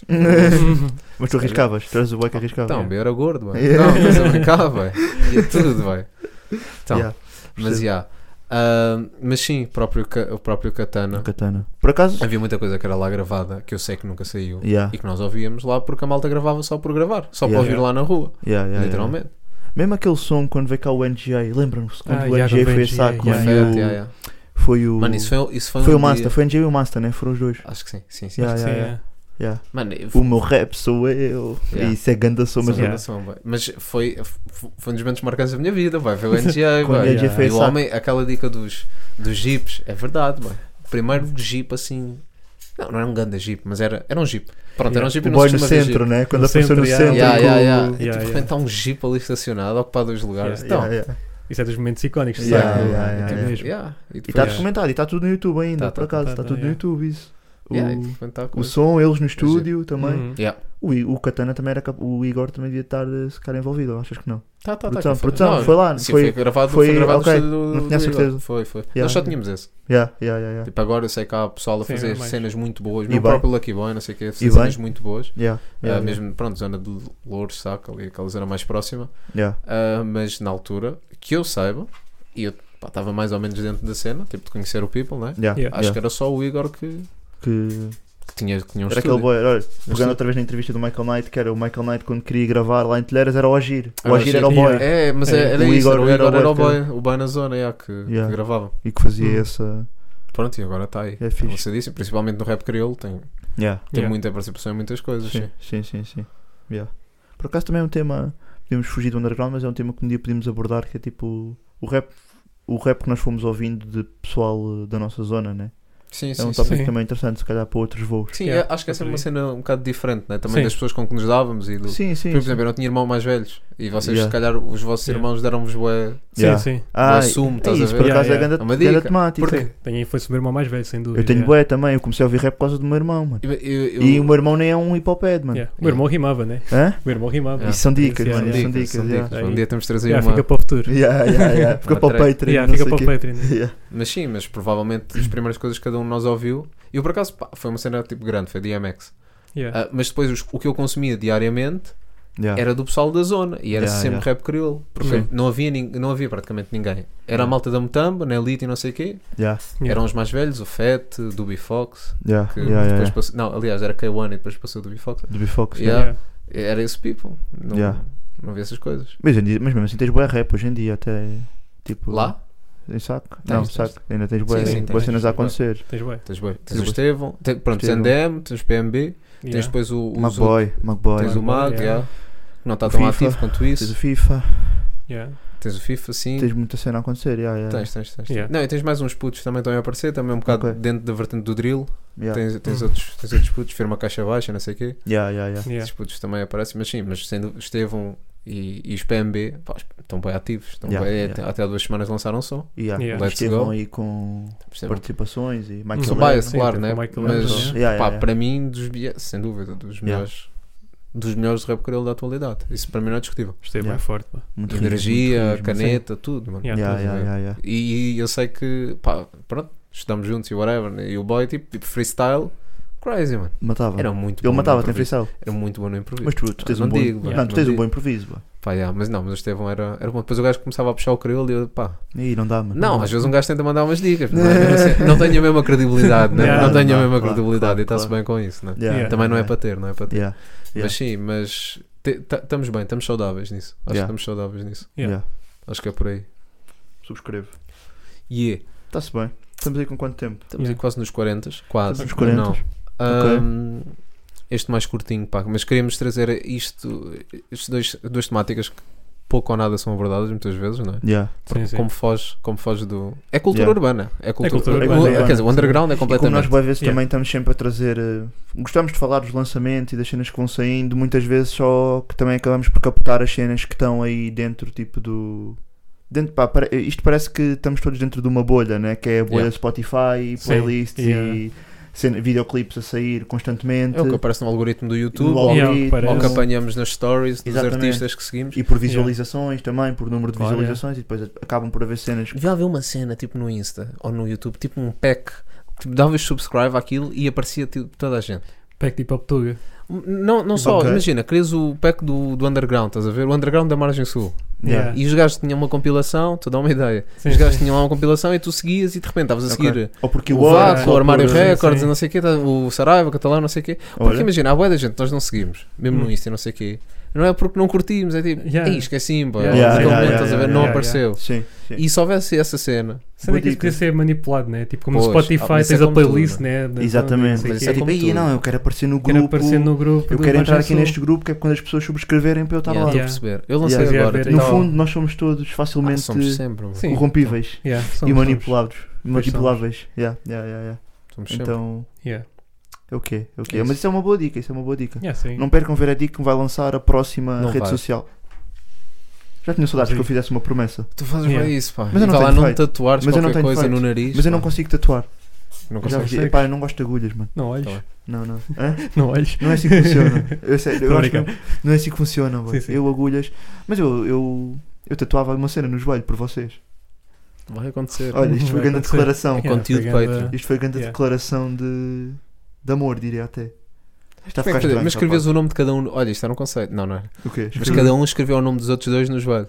Mas tu arriscavas, tu eras o boy que arriscava. Então, eu era gordo, mano. Yeah. Não, mas eu brincava, vai. Ia tudo, vai. Então, Yeah, mas percebo. já. Ah, mas sim, o próprio, ca- o próprio Katana. Katana. Por acaso, Havia muita coisa que era lá gravada que eu sei que nunca saiu. yeah, E que nós ouvíamos lá porque a malta gravava só por gravar. Só para Yeah. ouvir lá na rua. yeah, yeah, literalmente. yeah. Mesmo aquele som quando veio cá o N G A, lembram-se quando Ah, o yeah, N G A quando foi a o saco, N G A, mano, yeah, e Fete, o- yeah, yeah. foi o Mano, isso foi, isso foi, foi um o Master, dia- foi o N G A e o Master, né? Foram os dois. Acho que sim, sim, sim. Yeah, Sim, yeah, yeah. Yeah. Mano, eu- O meu rap sou eu. Yeah. E isso é ganda som, mas Sim, Yeah. relação, vai. Mas foi, f- foi um dos momentos marcantes da minha vida, vai. Foi o N G A, Quando vai. o N G A foi E a o saco. homem, aquela dica dos, dos jeeps, é verdade, vai. Primeiro jeep assim. Não, não era um ganda jeep, mas era, era um jeep. Pronto, era um Yeah. jeep o e não boy se no chama de centro, jeep. né? Quando No apareceu no centro, centro. Yeah, com yeah, o- yeah. E Yeah, tipo, de yeah. repente está um jeep ali estacionado, a ocupar dois lugares. Yeah, Então, Yeah, yeah. Isso é dos momentos icónicos, Yeah, sabe? yeah, É yeah, tipo yeah. mesmo. yeah. E E depois, está Yeah. documentado, e está tudo no YouTube ainda, Tá, por tá, acaso, tá, está tá, tudo no yeah. YouTube isso. O, yeah, e de repente tá a o coisa. som, eles no estúdio também. Uhum. Yeah. O, I- o Katana também era cap- o Igor também devia estar eh, se calhar envolvido, achas que não? Tá, tá, tá, Produção, que foi- produção, não, foi lá, sim, foi- foi, gravado, foi- foi, gravado ok, no estúdio do, não tinha do Igor. certeza. Foi, foi. Yeah, Nós só yeah. tínhamos esse. Yeah, yeah, yeah, yeah. Tipo, agora eu sei que há pessoal a Sim, fazer é mais. cenas muito boas, E mesmo o bem. próprio Lucky Boy, não sei o que, a fazer E cenas bem. muito boas. Yeah, Ah, yeah, mesmo, pronto, zona de Louros, saca, ali, aquela zona mais próxima. yeah. Ah, mas na altura, que eu saiba, e eu estava mais ou menos dentro da cena, tipo de conhecer o People, né? Yeah, Yeah. Acho yeah. que era só o Igor que, que que tinha, que tinha um era estúdio. aquele boy, olha, estúdio. pegando outra vez na entrevista do Michael Knight, que era o Michael Knight quando queria gravar lá em Telheiras era o Agir. O Era o Agir era o Agir. boy. Yeah. É, mas É. era O isso, Igor era o era Igor o era o boy boy, o boy na zona, yeah, que, Yeah. que gravava. E que fazia Hum. essa. Pronto, e agora está aí. É fixe. Lançadíssimo, principalmente no rap crioulo, tem, Yeah. tem Yeah. muita participação em muitas coisas. Sim, Sim. sim, sim, sim. Yeah. Por acaso também é um tema. Podemos fugir do underground, mas é um tema que um dia podemos abordar, que é tipo o rap o rap que nós fomos ouvindo de pessoal uh, da nossa zona, né? Sim, É sim, um sim. tópico sim. também interessante, se calhar para outros voos. Sim, Yeah, é- acho que essa é uma acredito. cena um bocado diferente, né? Também Sim. das pessoas com que nos dávamos e do... Sim, sim. Por sim. exemplo, eu não tinha irmãos mais velhos e vocês, Yeah. se calhar, os vossos Yeah. irmãos deram-vos bué, Sim, Yeah. sim. Ah, bué sumo, é estás a isso, ver? por Yeah, acaso yeah. é grande, É uma grande dica. temática. Porque- Sim, tenho a influência do meu irmão mais velho, sem dúvida. Eu tenho yeah. bué também, eu comecei a ouvir rap por causa do meu irmão, mano. Eu- eu- eu- E o meu irmão nem é um hip hop head, mano. Yeah. O meu irmão rimava, né? Hã? O meu irmão rimava. Yeah. Isso são dicas, Yeah, mano, São isso são dicas, dicas. são yeah. dicas. Um dia temos de trazer Yeah, uma... fica para o futuro. Yeah, yeah, yeah. Fica Uma para o track. Patreon, Yeah, não fica sei para o quê. Patreon. né? Yeah. Mas sim, mas provavelmente as primeiras coisas que cada um de nós ouviu, e eu por acaso pá, foi uma cena tipo grande, foi D M X. Yeah. Ah, mas depois os- o que eu consumia diariamente Yeah. era do pessoal da zona e era Yeah, sempre yeah. rap crioulo, porque Sim. não havia, nin- não havia praticamente ninguém. Era a Yeah. malta da Mutamba, na Elite e não sei o quê, Yeah. Yeah. eram os mais velhos, o Fett, o Duby Fox, Yeah. que Yeah, depois yeah. passou, não, aliás era K um e depois passou o Duby Fox. Do Bifox, Yeah. yeah. Era esse people, não, Yeah. não havia essas coisas. Mas, hoje em dia- mas mesmo assim tens bué rap hoje em dia, até tipo. Lá? Em saco? Tens, Não, tens. saco. Ainda tens bué, Sim, sim, bué tens, cenas a tens, acontecer. Tens bué. Tens, bué- tens Tens o bué. Estevão, tem, pronto, tens Estevão. N D M, tens P M B, tens Yeah. depois o, os Macboy, Macboy. Tens o Mag, yeah. yeah, que não está O tão FIFA. ativo quanto Tens o isso. FIFA. Yeah. Tens o FIFA, sim. Tens muita cena a acontecer. Yeah, yeah. Tens, tens, tens. Yeah. Não, e tens mais uns putos também estão a aparecer, também um bocado Ok. dentro da vertente do drill. Yeah. Tens, tens, Hum. outros, tens outros putos, firma caixa baixa, não sei o quê. Yeah, yeah, yeah. Yeah. Esses putos também aparecem, mas sim, mas sendo Estevão e, e os P M B, pá, estão bem ativos. Estão Yeah, bem, yeah. até, até há duas semanas lançaram um som. Yeah. Yeah. Let's Estiveram go. aí com Percebem? participações e Michael Mas o Leonard. bias, sim, claro, teve né? o Michael Mas Leonard, yeah. Yeah, pá, yeah. para mim, dos, bi- sem dúvida, dos Yeah. melhores. Dos melhores de rap crioulo da atualidade. Isso para mim não é discutível. Esteve Yeah. bem forte. Pá. Muito rijo, Energia, muito rijo, caneta, tudo, mano. Yeah. Yeah, Estás a yeah, ver? yeah, yeah. E eu sei que, pá, pronto, estamos juntos e whatever, né? E o boy, tipo, tipo freestyle, crazy, mano. Matava. Era muito Ele bom. matava, no tem improviso. freestyle. Era muito bom no improviso. Mas tu, tu tens não um bom. digo, não, não tu tens um digo. bom improviso. Pá. Pá, yeah, mas não, mas o Estevão era, era bom. Depois o gajo começava a puxar o crioulo e eu, pá. Ih, não dá, mano. Não, dá. às vezes um gajo tenta mandar umas dicas, mas não, é mesmo assim, não tenho a mesma credibilidade, né? Yeah, não tenho não a dá, mesma claro, credibilidade claro, e está-se claro. bem com isso, né? Yeah, Yeah. Também não é yeah. para ter, não é para ter. Yeah, yeah, Mas sim, mas estamos bem, estamos saudáveis nisso. Acho Yeah. que estamos saudáveis nisso. Yeah. yeah. Acho que é por aí. Subscrevo. Yeah. Está-se bem. Estamos aí com quanto tempo? Estamos Yeah. aí quase nos quarenta, quase. Estamos nos quarenta. Não. Ok. Ahm, este mais curtinho, pá, mas queríamos trazer isto, estes dois, duas temáticas que pouco ou nada são abordadas muitas vezes, não é? Yeah. Porque Sim, sim. como foge, como foge do. É cultura Yeah. urbana. É cultura, cultura o- urbana, Quer dizer, o sim. underground é E como completamente. nós, boas vezes, Yeah. também estamos sempre a trazer. eh, gostamos de falar dos lançamentos e das cenas que vão saindo, muitas vezes só que também acabamos por captar as cenas que estão aí dentro, tipo do. Dentro, pá, pare- isto parece que estamos todos dentro de uma bolha, né? Que é a bolha Yeah. Spotify, Sim. playlists Yeah. e cena, videoclipes a sair constantemente. É o que aparece no algoritmo do YouTube, No ou, Yeah, algoritmo, parece. ou que apanhamos nas stories dos Exatamente. artistas que seguimos. E por visualizações também, por número de Claro, visualizações, e depois acabam por haver cenas. Devia haver uma cena tipo no Insta ou no YouTube, tipo um pack. Tipo, davas subscribe àquilo e aparecia tipo, toda a gente. Pack tipo a Portuga. Não, não só, Ok. imagina, querias o pack do, do Underground, estás a ver? O Underground da Margem Sul. Yeah. E os gajos tinham uma compilação, tu dá uma ideia. Sim, os gajos sim. tinham lá uma compilação e tu seguias e de repente estavas a Ok. seguir Ou porque o o Ox, Vaco, ou o Armário por- Records sim. e não sei o quê, tá, o Saraiva, o Catalão, não sei o quê. Porque Olha. imagina, há boa da gente nós não seguimos, mesmo Hum. no Insta e não sei o quê. Não é porque não curtimos, é tipo, Yeah. "Ei, esqueci-me, pá, Yeah, yeah, naquele yeah, momento, yeah, estás a ver, yeah, não yeah, apareceu. Sim, sim. E se houvesse essa cena, Será que dica. isso podia ser manipulado, né? Tipo como Pois, no Spotify ah, mas tens isso é a como playlist, tudo, né? de- Exatamente. não sei Mas quê. isso é É tipo, como "Ei, tudo. não, eu quero aparecer no Quero grupo. aparecer no grupo. Eu do quero entrar Margem aqui Sul. neste grupo que é quando as pessoas subscreverem para eu estar yeah, lá. estou a Yeah. perceber. Eu lancei Yeah. agora. Yeah, tipo, No Então- fundo, nós somos todos ah, facilmente somos sempre, bro. Sim. corrompíveis Yeah, e somos, manipulados. Pois Manipuláveis. Yeah, yeah, yeah, yeah. somos sempre. Então, somos. Yeah. é o quê? É o quê? Isso. Mas isso é uma boa dica. Isso é uma boa dica. Yeah, sim. Não percam ver a dica que vai lançar a próxima Não rede vai. social. Já tinha saudades Sim. que eu fizesse uma promessa. Tu fazes Yeah. bem isso, pá. Mas eu E não vá lá tenho não feito. tatuares Mas eu não qualquer tenho coisa feito. no nariz. Mas eu pá. não consigo tatuar. Não Já consegues. vi. Epá, eu não gosto de agulhas, mano. Não olhes. Tá bem. Não, não. Hã? Não olhes. Não é assim que funciona. Eu sei, eu Tô acho que brincando. não é assim que funciona, boy. Sim, sim. Eu agulhas. Mas eu, eu, eu tatuava uma cena no joelho por vocês. Vai acontecer. Olha, isto foi Vai grande acontecer. declaração. Yeah, conteúdo foi peito. grande- Isto foi grande Yeah. declaração de, de amor, diria até. Está a Como é ficar que fazer? estranho. Mas escreves rapaz. o nome de cada um. Olha, isto era um conceito. Não, não é. O quê? Mas cada um escreveu o nome dos outros dois no joelho.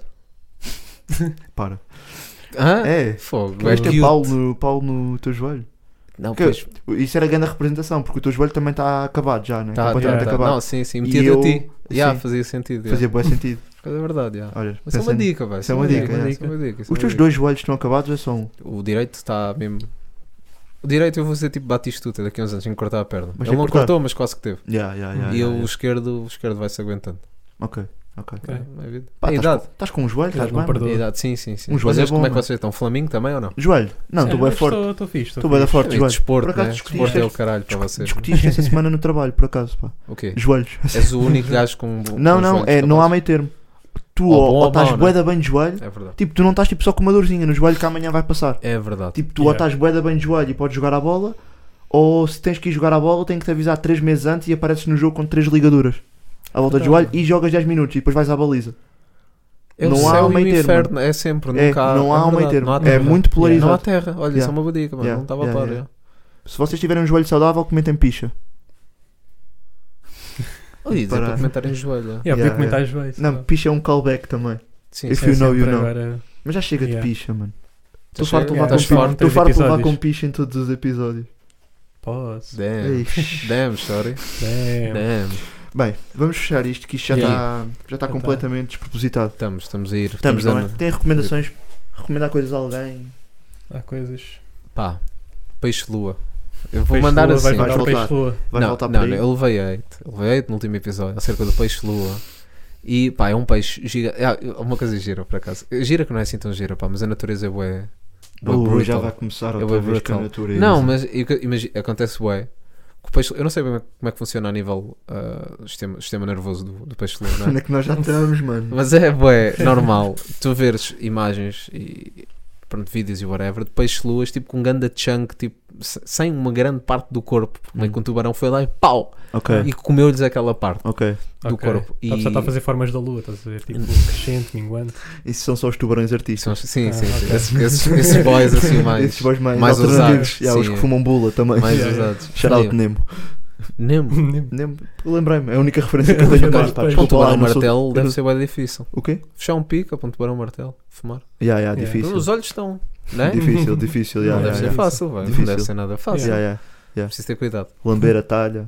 Para. Hã? É. Fogo. Vais é ter cute. Paulo no, Paulo no teu joelho. Não, Que- pois. Isso era grande representação, porque o teu joelho também está acabado já, né? Tá, Completamente tá, tá. acabado. Não, sim, sim. E Metia-te eu- a ti. Yeah, sim. fazia sentido. Fazia Yeah. bom sentido. É verdade, yeah. Olha, Mas é uma pensando- dica, vai. isso é uma dica, é. Isso é uma dica. isso é Os uma teus dica. dois joelhos estão acabados ou é só um? O direito está mesmo. O direito eu vou fazer tipo Batistuta daqui a uns anos, tenho que cortar a perna. Mas Ele tem não que cortar. cortou, mas quase que teve. Yeah, yeah, yeah, e yeah, eu, o yeah. esquerdo, o esquerdo vai-se aguentando. Ok. Ok. Ok. É vida. Pá, É estás idade. com- estás com um joelho, estás Idade não bem? mano? perdoa. É idade, sim, sim, sim. Um joelho Vocês, é bom, como é que mano. vocês estão? Flamingo também ou não? Joelho? Não, estou bem forte. Estou fixe. Estou bem forte, É joelho. desporto, Por acaso né? discuti Desporto é o isto- caralho para vocês. Discuti isto esta semana no trabalho, por acaso, pá. O quê? Joelhos. És o único gajo com. com Não, não, joelhos é, não há capazes? meio termo. Tu Ou ou, bom ou ou estás mau, bué da bem de joelho, É verdade. tipo, tu não estás tipo, só com uma dorzinha no joelho que amanhã vai passar. É verdade. Tipo, tu ou Yeah. estás bué da bem de joelho e podes jogar a bola, ou se tens que ir jogar a bola, tem que te avisar três meses antes e apareces no jogo com três ligaduras à volta de Então. joelho e jogas dez minutos e depois vais à baliza. É não o há céu um e o meio termo, inferno, é sempre, É, nunca há. não há é um meio verdade, termo. não há É terra. muito polarizado. Não há terra, olha, isso Yeah. é uma boa dica, mano. Yeah, Não estava yeah, a par. yeah. yeah. Se vocês tiverem um joelho saudável, comentem picha. Olha, dizer Para- para comentar em joelho. Yeah, Yeah, podia comentar yeah. as vezes. Não, picha é um callback também. Sim, If sim. you know, you sempre know. agora- Mas já chega Yeah. de picha, mano. Estou Estás farto de levar Yeah, com estás picha. farto, Estou três farto de levar episódios. com picha em todos os episódios. Posso. Damn. Ei. Damn, sorry. Damn. Damn. Bem, vamos fechar isto que isto já está Yeah. já está Já completamente despropositado. Estamos, estamos a ir. Estamos, a- não é? Tem recomendações? Recomendar coisas a alguém? Há coisas. Pá, peixe-lua. Eu vou Peixe mandar lua, assim. Vais Vais mandar o voltar. peixe lua. Vai não, voltar não, por aí? não, eu levei hate. Eu levei hate no último episódio acerca do peixe-lua. E pá, é um peixe gira. Ah, uma coisa gira, por acaso. Gira que não é assim tão gira, pá, mas a natureza é bué. bué Uh, brutal. já vai começar É outra bué vez com a brutal. natureza. Não, mas eu- imagina, acontece bué. que o peixe, eu não sei bem como é que funciona a nível uh, sistema, sistema nervoso do, do peixe-lua, não Onde é? é que nós já estamos, mano? Mas é bué, normal tu veres imagens e pronto, vídeos e whatever de peixe-luas tipo com um ganda chunk, tipo se- sem uma grande parte do corpo, como é que um tubarão foi lá e pau! Ok, E comeu-lhes aquela parte ok. do Ok. corpo. A pessoa está a fazer formas da lua, estás a ver? Tipo, crescente, minguante. Isso são só os tubarões artistas. São- sim, Ah, sim, sim. ok. Esses, esses, esses boys assim mais, Esses boys mais, mais alternativos. ousados, Yeah, os sim. que fumam bula também. mais Yeah, yeah. ousados. Shout out Yeah. Nemo. Nemo. Nemo. Lembrei-me, é a única referência que eu tenho Pá, mais. Pá, pá, Um desculpa lá, tubarão eu não sou- martelo eu deve não- ser bem difícil. O quê? Fechar um pico para um tubarão martelo, fumar. Yeah, yeah, Yeah. difícil. Os olhos estão, não é? Difícil, difícil. Não Yeah, deve yeah, ser yeah. fácil, velho. Não Difícil. deve ser nada fácil. Yeah, yeah. Preciso ter cuidado. Lamber a talha.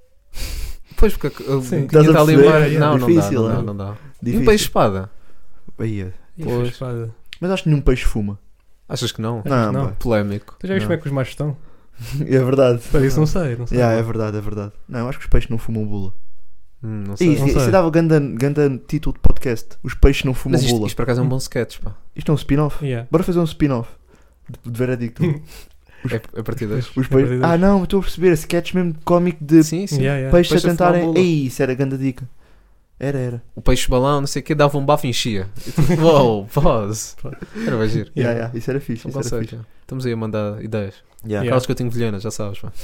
Pois, porque o Sim. o Estás Quinho a está ali perceber? embaixo. É, Não, não difícil, dá, não é? dá, não dá. E Difícil. um peixe-espada? Aí é. E Pois. foi espada. Mas acho que nenhum peixe fuma. Achas que não? Não, não. pá. Polémico. Tu já viste Não. como é que os machos estão? É verdade. Para isso não sei, não sei. Yeah, é verdade, é verdade. Não, eu acho que os peixes não fumam bula. Hum, não sei. Isso, não sei. isso dava ganda, ganda título de podcast. Os peixes não fumam Mas isto, bula. isto por acaso é um bom sketch, pá. Isto é um spin-off. Yeah. Bora fazer um spin-off de, de veredicto. É a partir das. Os É peixes... verdade. Ah, não, estou a perceber. Sketch mesmo cómico de Sim, sim. Yeah, yeah. peixes Peixe a a fumar tentarem. bula. Ei, isso era ganda dica. Era, era. O peixe-balão, não sei o que, dava um bafo e enchia. E tu, Uou, pause. Era bem giro. Yeah, yeah, Isso era fixe. Um Isso era conceito. fixe. Estamos aí a mandar ideias. Yeah. Yeah. Carlos que eu tenho Vilhena, já sabes, pá.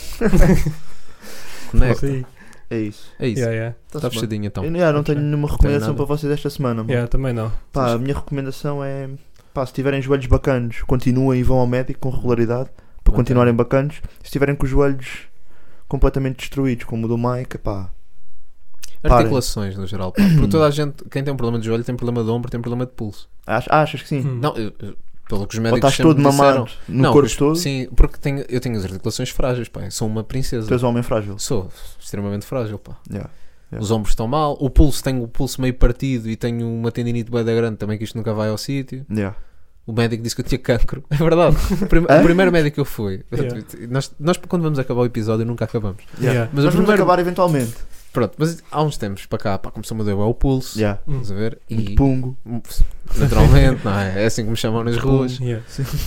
Conecta. Sim. É isso. É isso. Yeah, yeah. Está fechadinho então. Eu yeah, não tenho nenhuma recomendação nada. para vocês esta semana. mano. Yeah, também não. Pá, a minha recomendação é. Pá, se tiverem joelhos bacanos, continuem e vão ao médico com regularidade para Ok. continuarem bacanos. Se tiverem com os joelhos completamente destruídos, como o do Mike, pá. Parem. Articulações no geral, pá. Porque toda a gente, quem tem um problema de joelho tem problema de ombro, tem problema de pulso. Ach- achas que sim? Hum. Não, eu- eu- pelo que os Ou médicos estás sempre todo mamado disseram. no Não, corpo os- todo? Sim, porque tenho, eu tenho as articulações frágeis, pá. Eu sou uma princesa. Tu és um homem frágil. Sou extremamente frágil, pá. Yeah. Yeah. Os ombros estão mal, o pulso, tenho o pulso meio partido e tenho uma tendinite bué da grande também, que isto nunca vai ao sítio. Yeah. O médico disse que eu tinha cancro. É verdade. O, prim- Hã? o primeiro médico que eu fui. Yeah. Nós, nós, quando vamos acabar o episódio, nunca acabamos. Yeah. Yeah. Mas Nós o vamos primeiro. acabar eventualmente. Pronto, mas há uns tempos para cá, pá, começou-me a doer o pulso. Yeah. Estás a ver? Muito E pungo. naturalmente, não é? É assim que me chamam nas ruas. Yeah.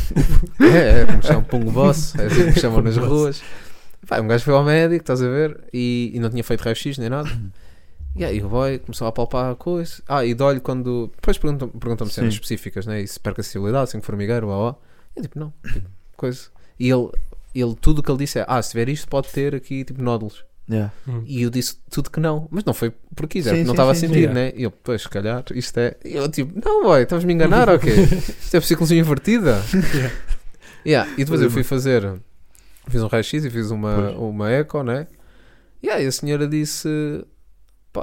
É, é como me chamam Pungo Boss. É assim que me chamam nas ruas. Pá, um gajo foi ao médico, estás a ver? E, e não tinha feito raio-x nem nada. E aí o boy começou a palpar a coisa. Ah, e dói-lhe quando. Depois perguntam- perguntam-me cenas Sim. específicas, né? E se perca a sensibilidade, sem formigueiro, ó, ó. Eu tipo, não, tipo, coisa. E ele, ele, tudo o que ele disse é: ah, se tiver isto, pode ter aqui tipo nódulos. Yeah. Hum. E eu disse tudo que não, mas não foi por quiser, Sim, porque não sim, estava a sim, sentir, sim. né? E eu, pois, se calhar, isto é. E eu tipo, não, boy, estás-me a enganar ou quê? Isto é psicologia invertida. Yeah. Yeah. E depois eu fui fazer, fiz um raio-x e fiz uma, Pois. uma eco, né? E aí a senhora disse: pá,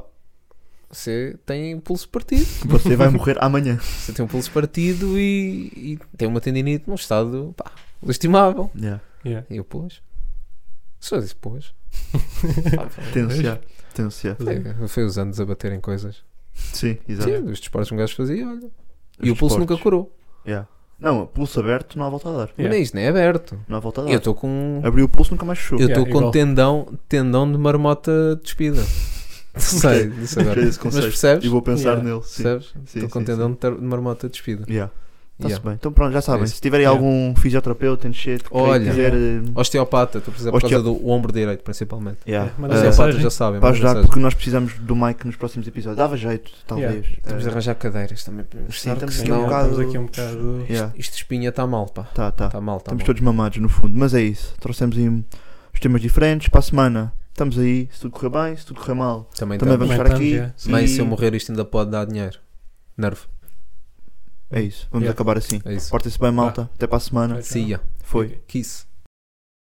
você tem um pulso partido, Você vai morrer amanhã. você tem um pulso partido e, e tem uma tendinite num estado, pá, lastimável. Yeah. Yeah. E eu, pois, só disse, pois. Pá, foi- Tenso, yeah. Tenso, yeah. É, foi os anos a baterem coisas. Sim, exato. Sim, os desportos que um gajo fazia, olha. Os E o pulso desportos. nunca curou. Yeah. Não, pulso aberto não há volta a dar. Mas nem isto nem é aberto. Não há volta a dar. Eu estou com. Abriu o pulso nunca mais fechou. Eu Yeah, estou com igual. tendão, tendão de marmota despida. Sei, disse agora. Gostei desse Mas conceito. percebes? E vou pensar Yeah. nele. Sim. Percebes? Sim, Estou sim, contente sim. de ter de marmota despida. Yeah. Está-se Yeah. bem. Então pronto, já sabem. É isso. Se tiverem Yeah. algum fisioterapeuta em shit, que Olha. quiser eh, Osteopata, estou a precisar por causa Osteo- do ombro direito, principalmente. yeah, Mas eh, é Osteopatas mensagem. já sabem. para manda ajudar, mensagem. porque nós precisamos do Mike nos próximos episódios. Dava jeito, talvez. Yeah. Temos de Eh, arranjar cadeiras também para sim, mostrar, estamos porque aqui um senão bocado- Estamos aqui um bocado. yeah. isto de espinha está mal, pá. Tá, tá. Está mal, está Estamos mal. todos mamados no fundo, mas é isso. Trouxemos aí os temas diferentes. Para a semana estamos aí. Se tudo correr bem, se tudo correr mal, Também, também estamos. vamos estar Também aqui. estamos, Também E se eu morrer isto ainda pode dar dinheiro. Nervo. é isso. Vamos Yeah. acabar assim. É isso. Portem-se bem, malta. Até para a semana. Tchau. Foi. Kiss.